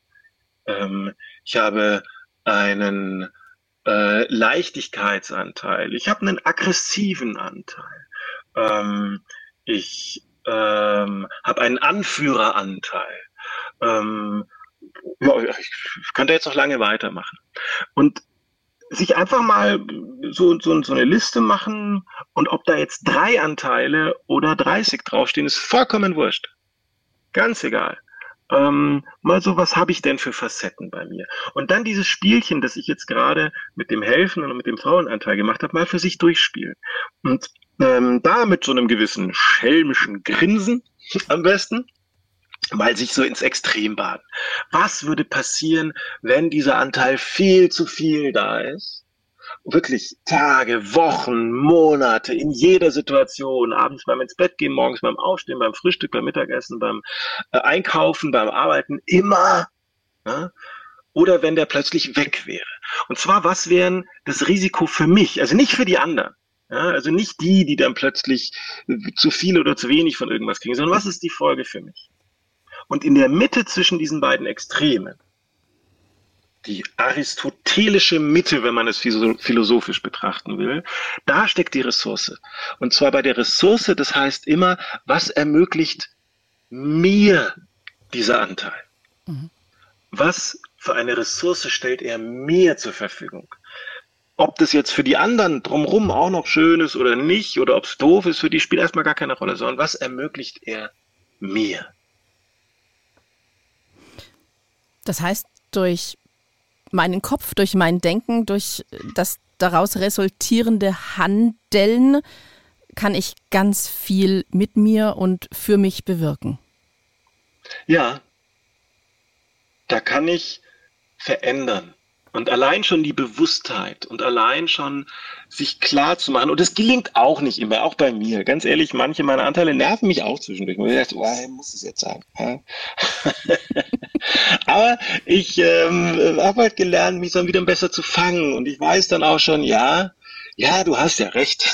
Ähm, ich habe einen äh, Leichtigkeitsanteil. Ich habe einen aggressiven Anteil. Ähm, ich ähm, habe einen Anführeranteil. Ähm, ja, ich könnte jetzt noch lange weitermachen. Und sich einfach mal so, so, so eine Liste machen und ob da jetzt drei Anteile oder dreißig draufstehen, ist vollkommen wurscht. Ganz egal. Ähm, mal so, was habe ich denn für Facetten bei mir? Und dann dieses Spielchen, das ich jetzt gerade mit dem Helfen und mit dem Frauenanteil gemacht habe, mal für sich durchspielen. Und ähm, da mit so einem gewissen schelmischen Grinsen am besten, mal sich so ins Extrem baden. Was würde passieren, wenn dieser Anteil viel zu viel da ist? Wirklich Tage, Wochen, Monate, in jeder Situation, abends beim ins Bett gehen, morgens beim Aufstehen, beim Frühstück, beim Mittagessen, beim äh, Einkaufen, beim Arbeiten, immer. Ja? Oder wenn der plötzlich weg wäre. Und zwar, was wären das Risiko für mich, also nicht für die anderen. Ja? Also nicht die, die dann plötzlich zu viel oder zu wenig von irgendwas kriegen, sondern was ist die Folge für mich? Und in der Mitte zwischen diesen beiden Extremen, die aristotelische Mitte, wenn man es philosophisch betrachten will, da steckt die Ressource. Und zwar bei der Ressource, das heißt immer, was ermöglicht mir dieser Anteil? Mhm. Was für eine Ressource stellt er mir zur Verfügung? Ob das jetzt für die anderen drumherum auch noch schön ist oder nicht, oder ob es doof ist für die, spielt erstmal gar keine Rolle, sondern was ermöglicht er mir? Das heißt, durch meinen Kopf, durch mein Denken, durch das daraus resultierende Handeln kann ich ganz viel mit mir und für mich bewirken. Ja, da kann ich verändern. Und allein schon die Bewusstheit und allein schon sich klar zu machen, und das gelingt auch nicht immer, auch bei mir. Ganz ehrlich, manche meiner Anteile nerven mich auch zwischendurch. Und ich dachte, oh, ich muss es jetzt sagen. Aber ich ähm, habe halt gelernt, mich dann wieder besser zu fangen. Und ich weiß dann auch schon, ja, ja, du hast ja recht.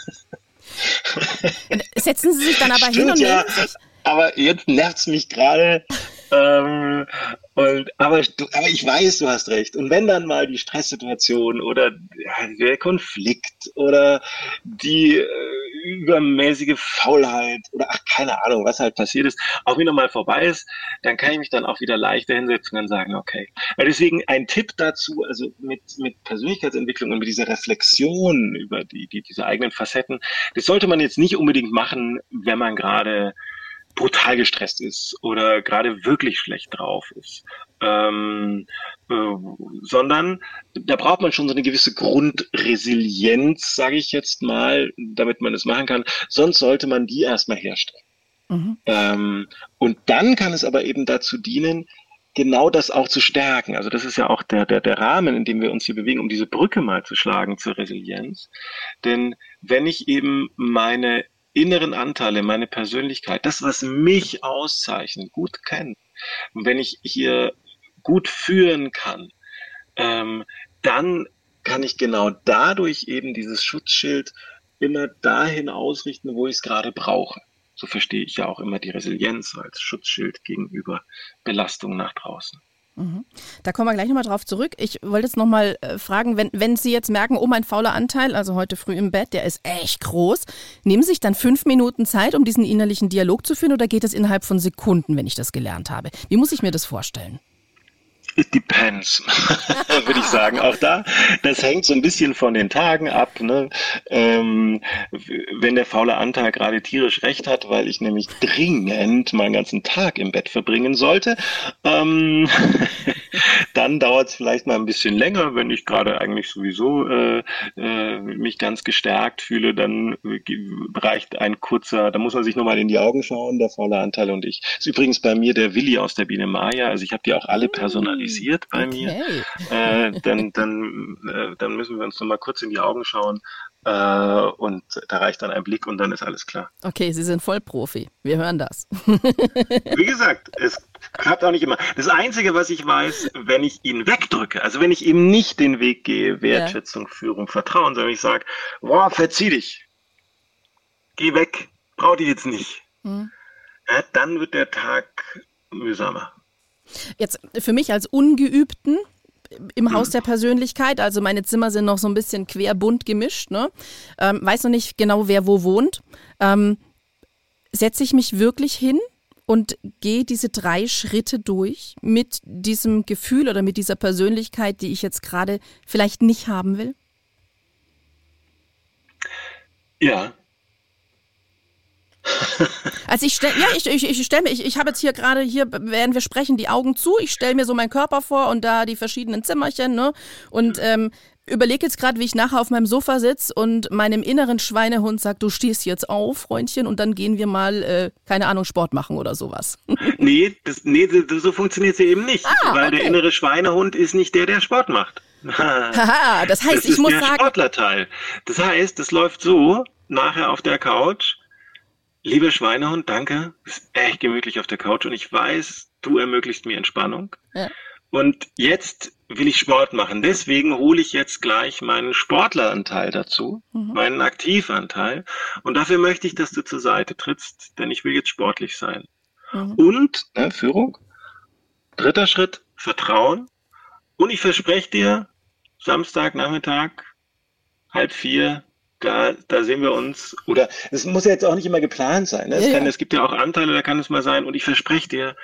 Setzen Sie sich dann aber Stimmt, hin und ja, nehmen sich. Aber jetzt nervt es mich gerade. ähm, und, aber, du, aber ich weiß, du hast recht. Und wenn dann mal die Stresssituation oder ja, der Konflikt oder die äh, übermäßige Faulheit oder ach, keine Ahnung, was halt passiert ist, auch wieder mal vorbei ist, dann kann ich mich dann auch wieder leichter hinsetzen und sagen, okay. Ja, deswegen ein Tipp dazu, also mit, mit Persönlichkeitsentwicklung und mit dieser Reflexion über die, die, diese eigenen Facetten, das sollte man jetzt nicht unbedingt machen, wenn man gerade brutal gestresst ist oder gerade wirklich schlecht drauf ist, ähm, äh, sondern da braucht man schon so eine gewisse Grundresilienz, sage ich jetzt mal, damit man das machen kann. Sonst sollte man die erstmal herstellen. Mhm. Ähm, und dann kann es aber eben dazu dienen, genau das auch zu stärken. Also das ist ja auch der, der, der Rahmen, in dem wir uns hier bewegen, um diese Brücke mal zu schlagen zur Resilienz. Denn wenn ich eben meine inneren Anteile, meine Persönlichkeit, das, was mich auszeichnet, gut kenne, und wenn ich hier gut führen kann, ähm, dann kann ich genau dadurch eben dieses Schutzschild immer dahin ausrichten, wo ich es gerade brauche. So verstehe ich ja auch immer die Resilienz als Schutzschild gegenüber Belastung nach draußen. Mhm. Da kommen wir gleich nochmal drauf zurück. Ich wollte jetzt nochmal äh, fragen, wenn, wenn Sie jetzt merken, oh, mein fauler Anteil, also heute früh im Bett, der ist echt groß, nehmen Sie sich dann fünf Minuten Zeit, um diesen innerlichen Dialog zu führen, oder geht das innerhalb von Sekunden, wenn ich das gelernt habe? Wie muss ich mir das vorstellen? It depends, würde ich sagen. Auch da, das hängt so ein bisschen von den Tagen ab. Ne? Ähm, wenn der faule Anteil gerade tierisch recht hat, weil ich nämlich dringend meinen ganzen Tag im Bett verbringen sollte, ähm, dann dauert es vielleicht mal ein bisschen länger. Wenn ich gerade eigentlich sowieso äh, äh, mich ganz gestärkt fühle, dann reicht ein kurzer, da muss man sich nochmal in die Augen schauen, der faule Anteil und ich. Ist übrigens bei mir der Willi aus der Biene Maya, also ich habe die auch alle personalisiert bei Okay. mir, äh, dann, dann, äh, dann müssen wir uns noch mal kurz in die Augen schauen äh, und da reicht dann ein Blick und dann ist alles klar. Okay, Sie sind Vollprofi. Wir hören das. Wie gesagt, es klappt auch nicht immer. Das Einzige, was ich weiß, wenn ich ihn wegdrücke, also wenn ich ihm nicht den Weg gehe, Wertschätzung, ja. Führung, Vertrauen, sondern ich sage, boah, verzieh dich, geh weg, brauch dich jetzt nicht, hm. ja, dann wird der Tag mühsamer. Jetzt für mich als Ungeübten im Haus der Persönlichkeit, also meine Zimmer sind noch so ein bisschen querbunt gemischt, ne? ähm, weiß noch nicht genau, wer wo wohnt, ähm, setze ich mich wirklich hin und gehe diese drei Schritte durch mit diesem Gefühl oder mit dieser Persönlichkeit, die ich jetzt gerade vielleicht nicht haben will? Ja. Also ich stelle, ja, ich, ich, ich stelle mir, ich, ich habe jetzt hier gerade, hier während wir sprechen, die Augen zu, ich stelle mir so meinen Körper vor und da die verschiedenen Zimmerchen, ne? Und ähm, überlege jetzt gerade, wie ich nachher auf meinem Sofa sitze und meinem inneren Schweinehund sagt, du stehst jetzt auf, Freundchen, und dann gehen wir mal, äh, keine Ahnung, Sport machen oder sowas. Nee, das, nee so funktioniert es ja eben nicht, ah, weil okay. Der innere Schweinehund ist nicht der, der Sport macht. Haha, das heißt, das ich muss der sagen... Sportlerteil. Das heißt, das läuft so, nachher auf der Couch, lieber Schweinehund, danke, ist echt gemütlich auf der Couch und ich weiß, du ermöglichst mir Entspannung. Ja. Und jetzt will ich Sport machen. Deswegen hole ich jetzt gleich meinen Sportleranteil dazu, mhm. meinen Aktivanteil. Und dafür möchte ich, dass du zur Seite trittst, denn ich will jetzt sportlich sein. Mhm. Und, ne, Führung, dritter Schritt, Vertrauen. Und ich verspreche dir, Samstagnachmittag, halb vier, Da, da sehen wir uns, oder es muss ja jetzt auch nicht immer geplant sein. Ne? Es, ja, kann, ja. es gibt ja auch Anteile, da kann es mal sein. Und ich verspreche dir,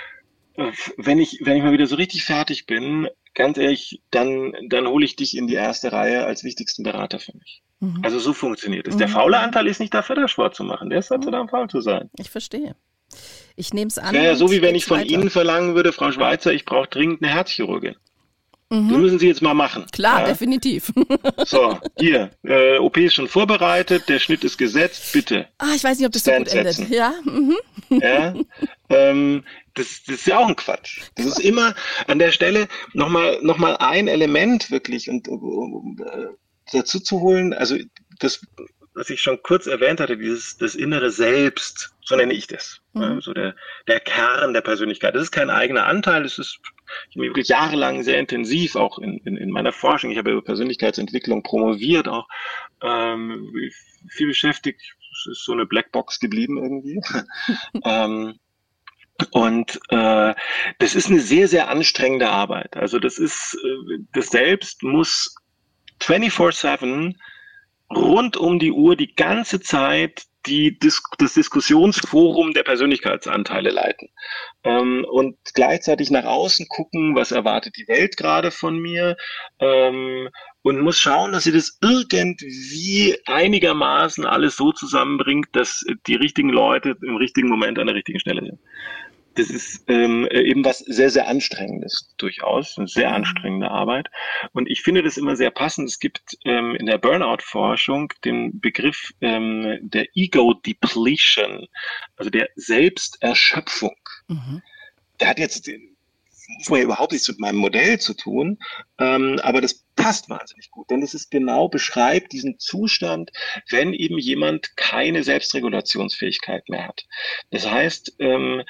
wenn ich, wenn ich mal wieder so richtig fertig bin, ganz ehrlich, dann, dann hole ich dich in die erste Reihe als wichtigsten Berater für mich. Mhm. Also so funktioniert es. Mhm. Der faule Anteil ist nicht dafür, da Sport zu machen. Der ist dazu, mhm. da faul zu sein. Ich verstehe. Ich nehme es an. Ja, ja, so wie wenn ich von weiter. Ihnen verlangen würde, Frau Schweizer, ich brauche dringend eine Herzchirurgin. Mhm. Das müssen Sie jetzt mal machen. Klar, ja? definitiv. So, hier, äh, O P ist schon vorbereitet, der Schnitt ist gesetzt, bitte. Ah, ich weiß nicht, ob das Stand so gut setzen. Endet. Ja, mhm. ja ähm, das, das ist ja auch ein Quatsch. Das ist immer an der Stelle nochmal noch mal ein Element wirklich und um, äh, dazu zu holen, also das, was ich schon kurz erwähnt hatte, dieses das innere Selbst, so nenne ich das. Mhm. Ja, so der, der Kern der Persönlichkeit. Das ist kein eigener Anteil, das ist ich habe mich wirklich jahrelang sehr intensiv auch in, in, in meiner Forschung, ich habe über Persönlichkeitsentwicklung promoviert, auch ähm, viel beschäftigt, es ist so eine Blackbox geblieben irgendwie. ähm, und äh, das ist eine sehr, sehr anstrengende Arbeit. Also das ist, äh, das Selbst muss vierundzwanzig sieben rund um die Uhr die ganze Zeit die Dis- das Diskussionsforum der Persönlichkeitsanteile leiten ähm, und gleichzeitig nach außen gucken, was erwartet die Welt gerade von mir ähm, und muss schauen, dass sie das irgendwie einigermaßen alles so zusammenbringt, dass die richtigen Leute im richtigen Moment an der richtigen Stelle sind. Das ist ähm, eben was sehr, sehr Anstrengendes durchaus, eine sehr anstrengende Arbeit. Und ich finde das immer sehr passend. Es gibt ähm, in der Burnout-Forschung den Begriff ähm, der Ego-Depletion, also der Selbsterschöpfung. Mhm. Der hat jetzt muss man ja überhaupt nichts mit meinem Modell zu tun, ähm, aber das passt wahnsinnig gut, denn es ist genau, beschreibt diesen Zustand, wenn eben jemand keine Selbstregulationsfähigkeit mehr hat. Das heißt, ähm,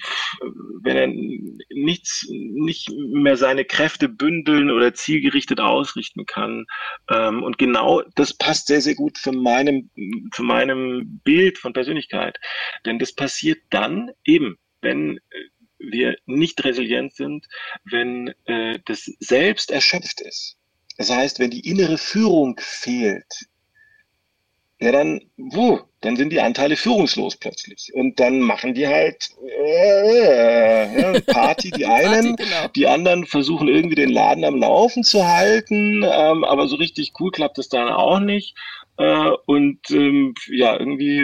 wenn er nichts, nicht mehr seine Kräfte bündeln oder zielgerichtet ausrichten kann, ähm, und genau das passt sehr, sehr gut für meinem, für meinem Bild von Persönlichkeit, denn das passiert dann eben, wenn wir nicht resilient sind, wenn äh, das Selbst erschöpft ist. Das heißt, wenn die innere Führung fehlt, ja, dann, wuh, dann sind die Anteile führungslos plötzlich. Und dann machen die halt äh, ja, Party, die einen, Party, genau. die anderen versuchen irgendwie den Laden am Laufen zu halten, ähm, aber so richtig cool klappt es dann auch nicht. Äh, und ähm, ja, irgendwie,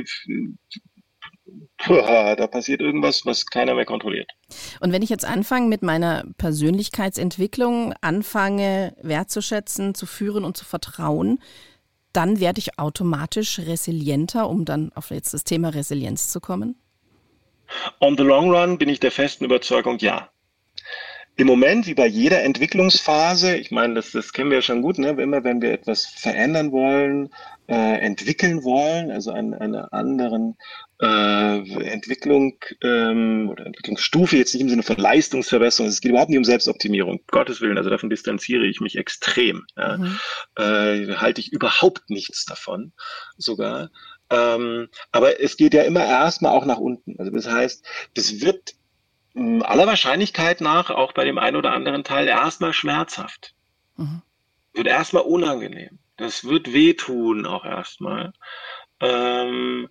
puh, da passiert irgendwas, was keiner mehr kontrolliert. Und wenn ich jetzt anfange mit meiner Persönlichkeitsentwicklung, anfange wertzuschätzen, zu führen und zu vertrauen, dann werde ich automatisch resilienter, um dann auf jetzt das Thema Resilienz zu kommen? On the long run bin ich der festen Überzeugung, ja. Im Moment, wie bei jeder Entwicklungsphase, ich meine, das, das kennen wir ja schon gut, ne? Immer wenn wir etwas verändern wollen, äh, entwickeln wollen, also einen, eine anderen äh, Entwicklung ähm, oder Entwicklungsstufe, jetzt nicht im Sinne von Leistungsverbesserung, es geht überhaupt nicht um Selbstoptimierung, Gottes Willen, also davon distanziere ich mich extrem. Ja? Mhm. Äh, halte ich überhaupt nichts davon sogar. Ähm, aber es geht ja immer erstmal auch nach unten. Also das heißt, das wird aller Wahrscheinlichkeit nach auch bei dem einen oder anderen Teil erstmal schmerzhaft. Mhm. Wird erstmal unangenehm. Das wird wehtun auch erstmal. Ähm,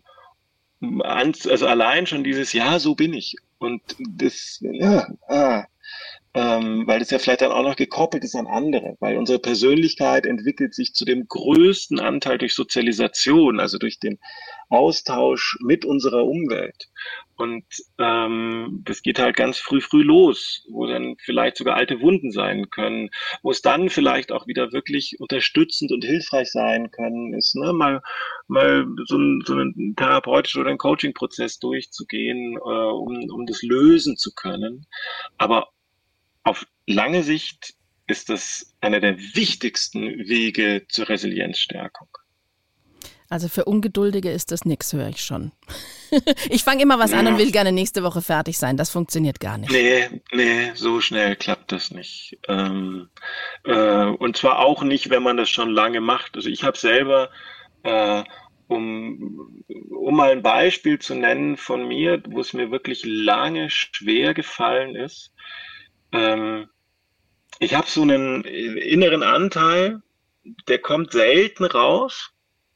also allein schon dieses Ja, so bin ich. Und das, ja, ah, ähm, weil das ja vielleicht dann auch noch gekoppelt ist an andere, weil unsere Persönlichkeit entwickelt sich zu dem größten Anteil durch Sozialisation, also durch den Austausch mit unserer Umwelt. Und ähm, das geht halt ganz früh, früh los, wo dann vielleicht sogar alte Wunden sein können, wo es dann vielleicht auch wieder wirklich unterstützend und hilfreich sein können, ist ne, mal, mal so, ein, so einen therapeutischen oder einen Coaching-Prozess durchzugehen, äh, um, um das lösen zu können. Aber auf lange Sicht ist das einer der wichtigsten Wege zur Resilienzstärkung. Also für Ungeduldige ist das nix, höre ich schon. Ich fange immer was an und will gerne nächste Woche fertig sein. Das funktioniert gar nicht. Nee, nee, so schnell klappt das nicht. Ähm, äh, und zwar auch nicht, wenn man das schon lange macht. Also ich habe selber, äh, um, um mal ein Beispiel zu nennen von mir, wo es mir wirklich lange schwer gefallen ist, ähm, ich habe so einen inneren Anteil, der kommt selten raus,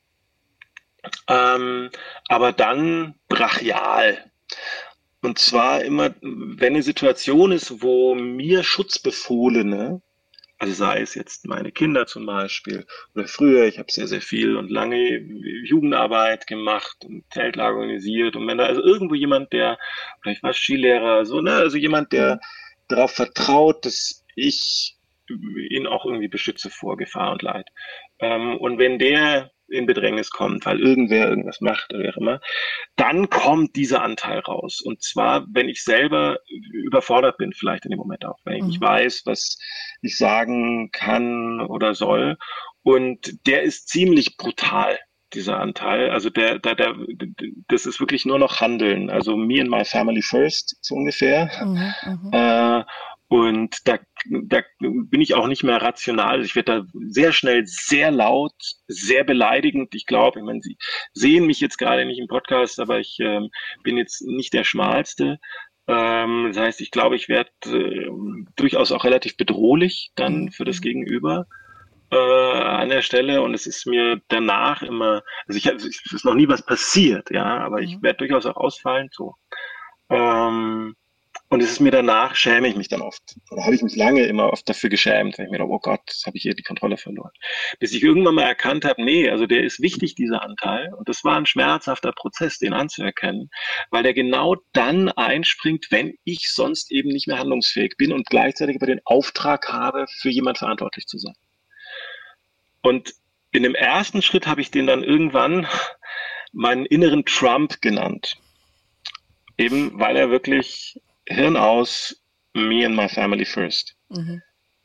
ähm, aber dann brachial. Und zwar immer, wenn eine Situation ist, wo mir Schutzbefohlene, also sei es jetzt meine Kinder zum Beispiel, oder früher, ich habe sehr, sehr viel und lange Jugendarbeit gemacht und Zeltlager organisiert und wenn da also irgendwo jemand, der, oder ich war Skilehrer, so, ne, also jemand, der darauf vertraut, dass ich ihn auch irgendwie beschütze vor Gefahr und Leid. Ähm, und wenn der in Bedrängnis kommt, weil irgendwer irgendwas macht oder wie auch immer, dann kommt dieser Anteil raus. Und zwar, wenn ich selber überfordert bin, vielleicht in dem Moment auch, wenn ich nicht weiß, was ich sagen kann oder soll. Und der ist ziemlich brutal, dieser Anteil. Also der, der, der, das ist wirklich nur noch Handeln. Also me and my family first, so ungefähr. Mhm, mhm. Äh, und da, da bin ich auch nicht mehr rational. Also ich werde da sehr schnell sehr laut, sehr beleidigend. Ich glaube, ich meine, Sie sehen mich jetzt gerade nicht im Podcast, aber ich ähm, bin jetzt nicht der Schmalste. Ähm, das heißt, ich glaube, ich werde äh, durchaus auch relativ bedrohlich dann für das Gegenüber äh, an der Stelle. Und es ist mir danach immer, also ich habe, es ist noch nie was passiert, ja, aber ich werde durchaus auch ausfallen. So. Ähm, Und es ist mir danach, schäme ich mich dann oft. Oder habe ich mich lange immer oft dafür geschämt, wenn ich mir dachte, oh Gott, jetzt habe ich hier die Kontrolle verloren. Bis ich irgendwann mal erkannt habe, nee, also der ist wichtig, dieser Anteil. Und das war ein schmerzhafter Prozess, den anzuerkennen, weil der genau dann einspringt, wenn ich sonst eben nicht mehr handlungsfähig bin und gleichzeitig aber den Auftrag habe, für jemand verantwortlich zu sein. Und in dem ersten Schritt habe ich den dann irgendwann meinen inneren Trump genannt. Eben, weil er wirklich Hirn aus, me and my family first. Mhm.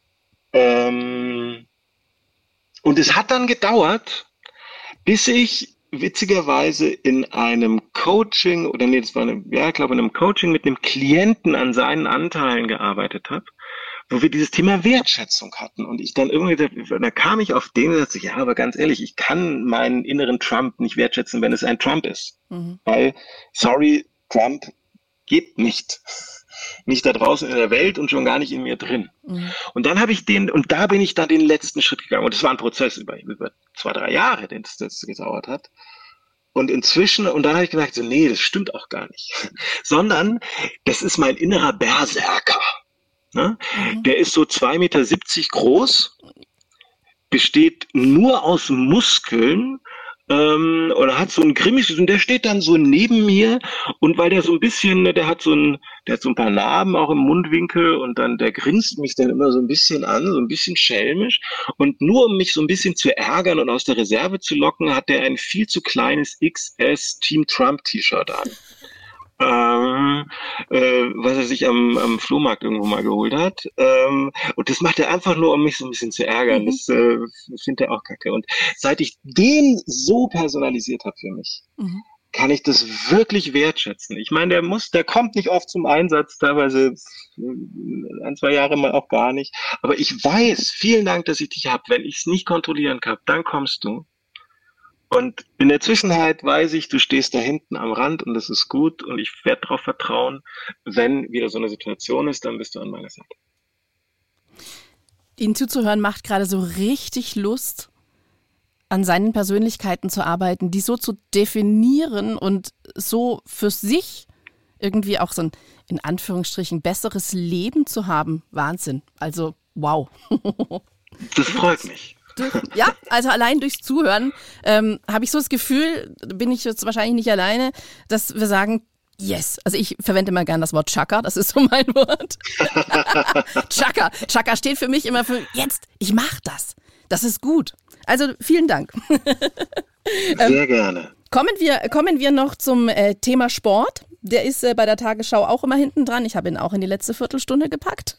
Ähm, und es hat dann gedauert, bis ich witzigerweise in einem Coaching, oder nee, das war eine, ja, ich glaube, in einem Coaching mit einem Klienten an seinen Anteilen gearbeitet habe, wo wir dieses Thema Wertschätzung hatten. Und ich dann irgendwie, da kam ich auf den und dachte, ja, aber ganz ehrlich, ich kann meinen inneren Trump nicht wertschätzen, wenn es ein Trump ist. Mhm. Weil, sorry, Trump geht nicht. nicht da draußen in der Welt und schon gar nicht in mir drin. Mhm. Und dann habe ich den, und da bin ich dann den letzten Schritt gegangen. Und das war ein Prozess über, über zwei, drei Jahre, den das, das gedauert hat. Und inzwischen, und dann habe ich gemerkt, so, nee, das stimmt auch gar nicht. Sondern das ist mein innerer Berserker. Ne? Mhm. Der ist so zwei Meter siebzig groß, besteht nur aus Muskeln, ähm, oder hat so ein grimmiges, und der steht dann so neben mir, und weil der so ein bisschen, der hat so ein, der hat so ein paar Narben auch im Mundwinkel, und dann, der grinst mich dann immer so ein bisschen an, so ein bisschen schelmisch, und nur um mich so ein bisschen zu ärgern und aus der Reserve zu locken, hat der ein viel zu kleines X S Team Trump T-Shirt an. Ähm, äh, was er sich am, am Flohmarkt irgendwo mal geholt hat. Ähm, und das macht er einfach nur, um mich so ein bisschen zu ärgern. Mhm. Das äh, findet er auch kacke. Und seit ich den so personalisiert habe für mich, Mhm. kann ich das wirklich wertschätzen. Ich meine, der muss, der kommt nicht oft zum Einsatz, teilweise ein, zwei Jahre mal auch gar nicht. Aber ich weiß, vielen Dank, dass ich dich habe. Wenn ich es nicht kontrollieren kann, dann kommst du. Und in der Zwischenzeit weiß ich, du stehst da hinten am Rand, und das ist gut, und ich werde darauf vertrauen, wenn wieder so eine Situation ist, dann bist du an meiner Seite. Ihnen zuzuhören macht gerade so richtig Lust, an seinen Persönlichkeiten zu arbeiten, die so zu definieren und so für sich irgendwie auch so ein, in Anführungsstrichen, besseres Leben zu haben. Wahnsinn. Also, wow. Das freut mich. Ja, also allein durchs Zuhören ähm, habe ich so das Gefühl, bin ich jetzt wahrscheinlich nicht alleine, dass wir sagen, yes. Also ich verwende immer gern das Wort Chaka, das ist so mein Wort. Chaka. Chaka steht für mich immer für jetzt, ich mache das. Das ist gut. Also vielen Dank. Sehr gerne. Kommen wir, kommen wir noch zum äh, Thema Sport. Der ist äh, bei der Tagesschau auch immer hinten dran. Ich habe ihn auch in die letzte Viertelstunde gepackt.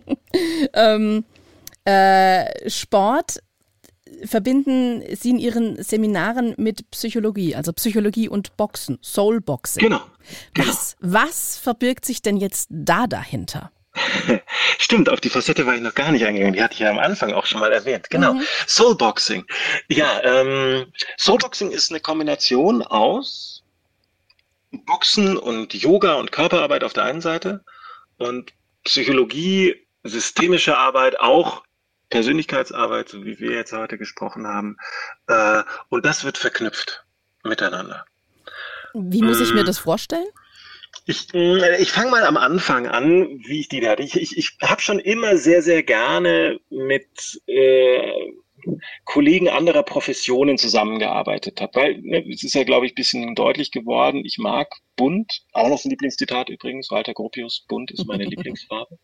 ähm, äh, Sport verbinden Sie in Ihren Seminaren mit Psychologie, also Psychologie und Boxen, Soulboxing. Genau. genau. Was, was verbirgt sich denn jetzt da dahinter? Stimmt, auf die Facette war ich noch gar nicht eingegangen. Die hatte ich ja am Anfang auch schon mal erwähnt. Genau. Mhm. Soulboxing. Ja, ähm, Soulboxing ist eine Kombination aus Boxen und Yoga und Körperarbeit auf der einen Seite und Psychologie, systemische Arbeit, auch Persönlichkeitsarbeit, so wie wir jetzt heute gesprochen haben. Äh, und das wird verknüpft miteinander. Wie muss ich mir das vorstellen? Ich, ich fange mal am Anfang an, wie ich die hatte. Ich, ich, ich habe schon immer sehr, sehr gerne mit äh, Kollegen anderer Professionen zusammengearbeitet habe, weil ne, es ist ja, glaube ich, ein bisschen deutlich geworden. Ich mag bunt, auch noch ein Lieblingszitat übrigens, Walter Gropius, bunt ist meine Lieblingsfarbe.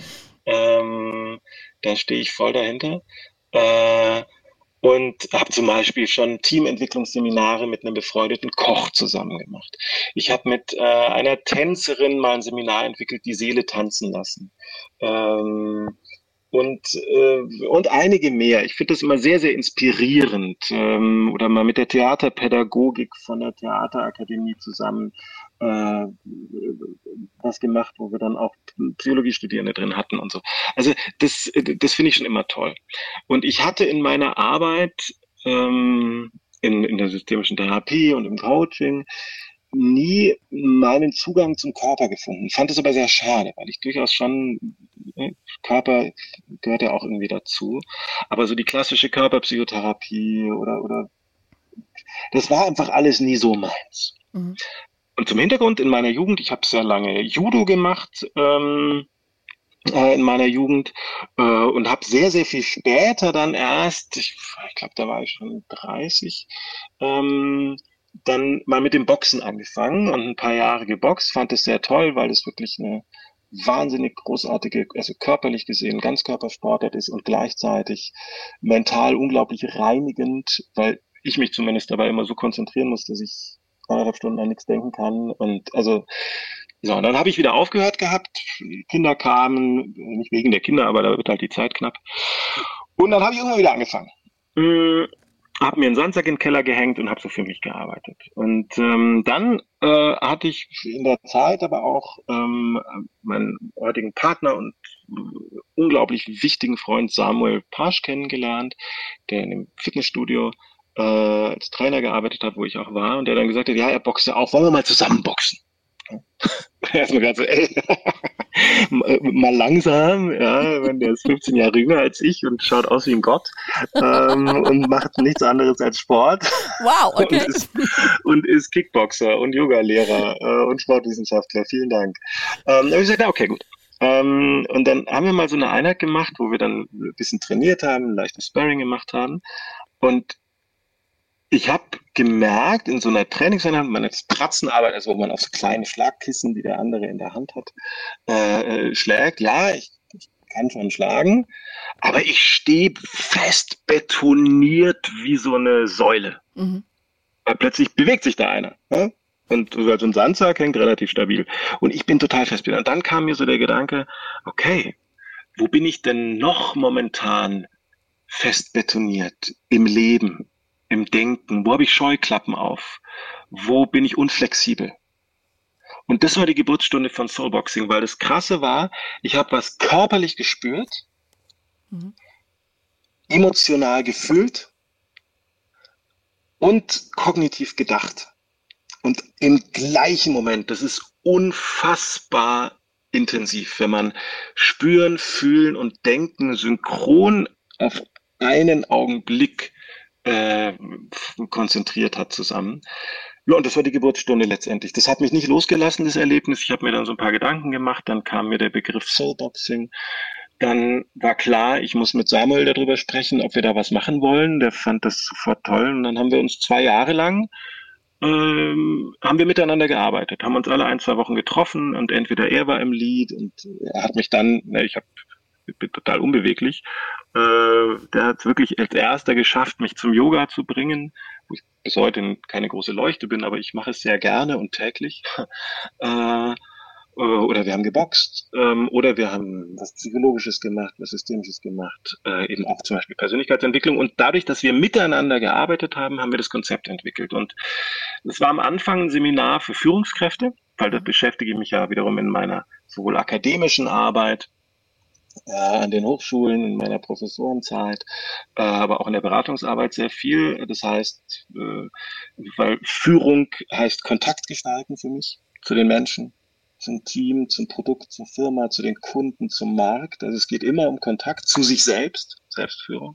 Ähm, da stehe ich voll dahinter. Äh, und habe zum Beispiel schon Teamentwicklungsseminare mit einem befreundeten Koch zusammen gemacht. Ich habe mit äh, einer Tänzerin mal ein Seminar entwickelt, die Seele tanzen lassen. Ähm, und, äh, und einige mehr. Ich finde das immer sehr, sehr inspirierend. Ähm, oder mal mit der Theaterpädagogik von der Theaterakademie zusammen äh, was gemacht, wo wir dann auch Psychologiestudierende drin hatten und so. Also das, das finde ich schon immer toll. Und ich hatte in meiner Arbeit ähm, in, in der systemischen Therapie und im Coaching nie meinen Zugang zum Körper gefunden. Ich fand es aber sehr schade, weil ich durchaus schon, Körper gehört ja auch irgendwie dazu, aber so die klassische Körperpsychotherapie oder, oder das war einfach alles nie so meins. Mhm. Und zum Hintergrund, in meiner Jugend, ich habe sehr lange Judo gemacht, ähm, äh, in meiner Jugend äh, und habe sehr, sehr viel später dann erst, ich, ich glaube, da war ich schon dreißig, ähm, dann mal mit dem Boxen angefangen und ein paar Jahre geboxt, fand es sehr toll, weil es wirklich eine wahnsinnig großartige, also körperlich gesehen, Ganzkörpersportart ist und gleichzeitig mental unglaublich reinigend, weil ich mich zumindest dabei immer so konzentrieren muss, dass ich eineinhalb Stunden an nichts denken kann. Und also, so, und dann habe ich wieder aufgehört gehabt. Kinder kamen, nicht wegen der Kinder, aber da wird halt die Zeit knapp. Und dann habe ich irgendwann wieder angefangen. Hm, habe mir einen Sandsack in den Keller gehängt und habe so für mich gearbeitet. Und ähm, dann äh, hatte ich in der Zeit aber auch ähm, meinen heutigen Partner und äh, unglaublich wichtigen Freund Samuel Pasch kennengelernt, der in einem Fitnessstudio äh, als Trainer gearbeitet hat, wo ich auch war, und der dann gesagt hat, ja, er boxt ja auch, wollen wir mal zusammen boxen? Erstmal gerade so, ey, mal langsam, ja, wenn der ist fünfzehn Jahre jünger als ich und schaut aus wie ein Gott ähm, und macht nichts anderes als Sport. Wow, okay. Und ist, und ist Kickboxer und Yogalehrer äh, und Sportwissenschaftler. Vielen Dank. Ähm, da habe ich gesagt, ja, okay, gut. Ähm, und dann haben wir mal so eine Einheit gemacht, wo wir dann ein bisschen trainiert haben, ein leichtes Sparring gemacht haben. Und ich habe gemerkt, in so einer Trainingseinheit, man jetzt Pratzenarbeit, also wo man auf so kleine Schlagkissen, die der andere in der Hand hat, äh, äh, schlägt. Ja, ich, ich kann schon schlagen, aber ich stehe fest betoniert wie so eine Säule. Mhm. Weil plötzlich bewegt sich da einer. Ne? Und so ein Sandsack hängt relativ stabil. Und ich bin total fest. Und dann kam mir so der Gedanke, okay, wo bin ich denn noch momentan fest betoniert im Leben? Im Denken, wo habe ich Scheuklappen auf, wo bin ich unflexibel. Und das war die Geburtsstunde von Soulboxing, weil das Krasse war, ich habe was körperlich gespürt, mhm. emotional gefühlt und kognitiv gedacht. Und im gleichen Moment, das ist unfassbar intensiv, wenn man spüren, fühlen und denken synchron auf einen Augenblick Äh, konzentriert hat zusammen. Ja, und das war die Geburtsstunde letztendlich. Das hat mich nicht losgelassen, das Erlebnis. Ich habe mir dann so ein paar Gedanken gemacht, dann kam mir der Begriff Soulboxing. Dann war klar, ich muss mit Samuel darüber sprechen, ob wir da was machen wollen. Der fand das sofort toll. Und dann haben wir uns zwei Jahre lang ähm, haben wir miteinander gearbeitet, haben uns alle ein, zwei Wochen getroffen und entweder er war im Lead und er hat mich dann, ne, ich habe Ich bin total unbeweglich. Äh, der hat es wirklich als erster geschafft, mich zum Yoga zu bringen, wo ich bis heute keine große Leuchte bin, aber ich mache es sehr gerne und täglich. äh, oder wir haben geboxt, ähm, oder wir haben was Psychologisches gemacht, was Systemisches gemacht, äh, eben auch zum Beispiel Persönlichkeitsentwicklung. Und dadurch, dass wir miteinander gearbeitet haben, haben wir das Konzept entwickelt. Und es war am Anfang ein Seminar für Führungskräfte, weil das beschäftige ich mich ja wiederum in meiner sowohl akademischen Arbeit, äh, an den Hochschulen, in meiner Professorenzeit, äh, aber auch in der Beratungsarbeit sehr viel. Das heißt, äh, weil Führung heißt Kontakt gestalten für mich zu den Menschen, zum Team, zum Produkt, zur Firma, zu den Kunden, zum Markt. Also es geht immer um Kontakt zu sich selbst, Selbstführung.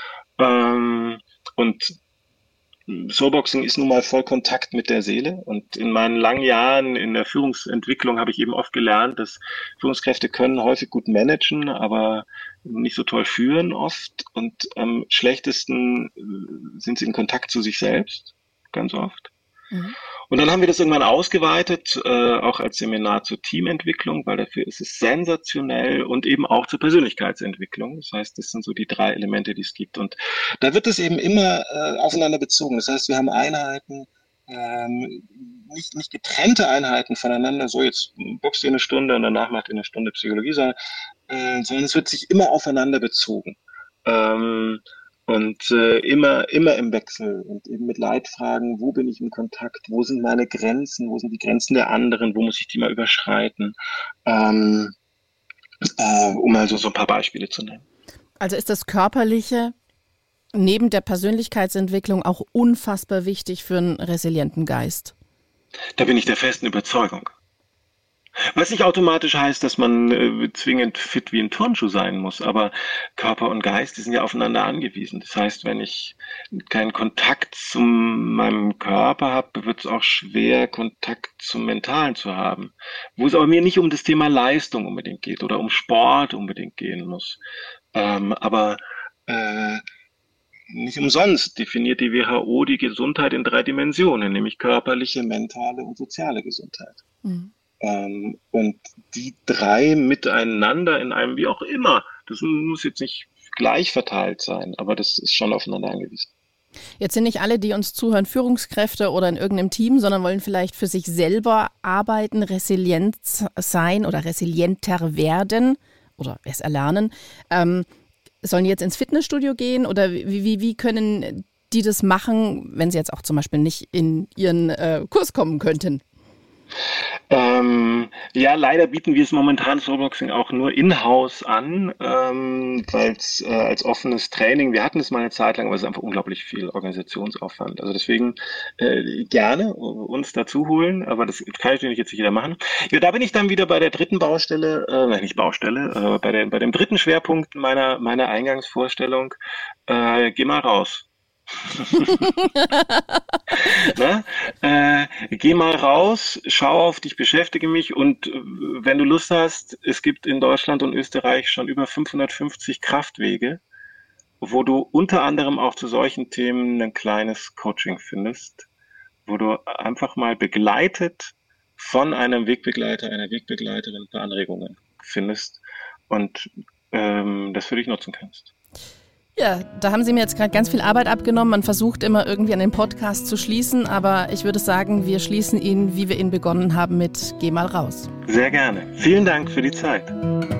Ähm, und Soulboxing ist nun mal voll Kontakt mit der Seele. Und in meinen langen Jahren in der Führungsentwicklung habe ich eben oft gelernt, dass Führungskräfte können häufig gut managen, aber nicht so toll führen oft. Und am schlechtesten sind sie in Kontakt zu sich selbst, ganz oft. Mhm. Und dann haben wir das irgendwann ausgeweitet, äh, auch als Seminar zur Teamentwicklung, weil dafür ist es sensationell und eben auch zur Persönlichkeitsentwicklung. Das heißt, das sind so die drei Elemente, die es gibt. Und da wird es eben immer äh, aufeinander bezogen. Das heißt, wir haben Einheiten, ähm, nicht, nicht getrennte Einheiten voneinander, so jetzt boxt ihr eine Stunde und danach macht ihr eine Stunde Psychologie, sondern, äh, sondern es wird sich immer aufeinander bezogen. Ähm, Und äh, immer, immer im Wechsel und eben mit Leitfragen, wo bin ich im Kontakt, wo sind meine Grenzen, wo sind die Grenzen der anderen, wo muss ich die mal überschreiten, ähm, äh, um also so ein paar Beispiele zu nennen. Also ist das Körperliche neben der Persönlichkeitsentwicklung auch unfassbar wichtig für einen resilienten Geist? Da bin ich der festen Überzeugung. Was nicht automatisch heißt, dass man äh, zwingend fit wie ein Turnschuh sein muss, aber Körper und Geist, die sind ja aufeinander angewiesen. Das heißt, wenn ich keinen Kontakt zu meinem Körper habe, wird es auch schwer, Kontakt zum Mentalen zu haben. Wo es aber mir nicht um das Thema Leistung unbedingt geht oder um Sport unbedingt gehen muss. Ähm, aber äh, nicht umsonst definiert die W H O die Gesundheit in drei Dimensionen, nämlich körperliche, mentale und soziale Gesundheit. Mhm. Ähm, und die drei miteinander in einem, wie auch immer, das muss jetzt nicht gleich verteilt sein, aber das ist schon aufeinander angewiesen. Jetzt sind nicht alle, die uns zuhören, Führungskräfte oder in irgendeinem Team, sondern wollen vielleicht für sich selber arbeiten, resilient sein oder resilienter werden oder es erlernen. Ähm, sollen die jetzt ins Fitnessstudio gehen oder wie, wie, wie können die das machen, wenn sie jetzt auch zum Beispiel nicht in ihren äh, Kurs kommen könnten? Ähm, ja, leider bieten wir es momentan Soulboxing auch nur in-house an, ähm, weil es äh, als offenes Training, wir hatten es mal eine Zeit lang, aber es ist einfach unglaublich viel Organisationsaufwand. Also deswegen äh, gerne uns dazu holen, aber das kann natürlich jetzt nicht jeder machen. Ja, da bin ich dann wieder bei der dritten Baustelle, äh, nein, nicht Baustelle, äh, bei, der, bei dem dritten Schwerpunkt meiner, meiner Eingangsvorstellung. Äh, geh mal raus. Ne? Äh, geh mal raus, schau auf dich, beschäftige mich und äh, wenn du Lust hast, es gibt in Deutschland und Österreich schon über fünfhundertfünfzig Kraftwege, wo du unter anderem auch zu solchen Themen ein kleines Coaching findest, wo du einfach mal begleitet von einem Wegbegleiter, einer Wegbegleiterin ein paar Anregungen findest und ähm, das für dich nutzen kannst. Ja, da haben Sie mir jetzt gerade ganz viel Arbeit abgenommen. Man versucht immer irgendwie an den Podcast zu schließen, aber ich würde sagen, wir schließen ihn, wie wir ihn begonnen haben, mit Geh mal raus. Sehr gerne. Vielen Dank für die Zeit.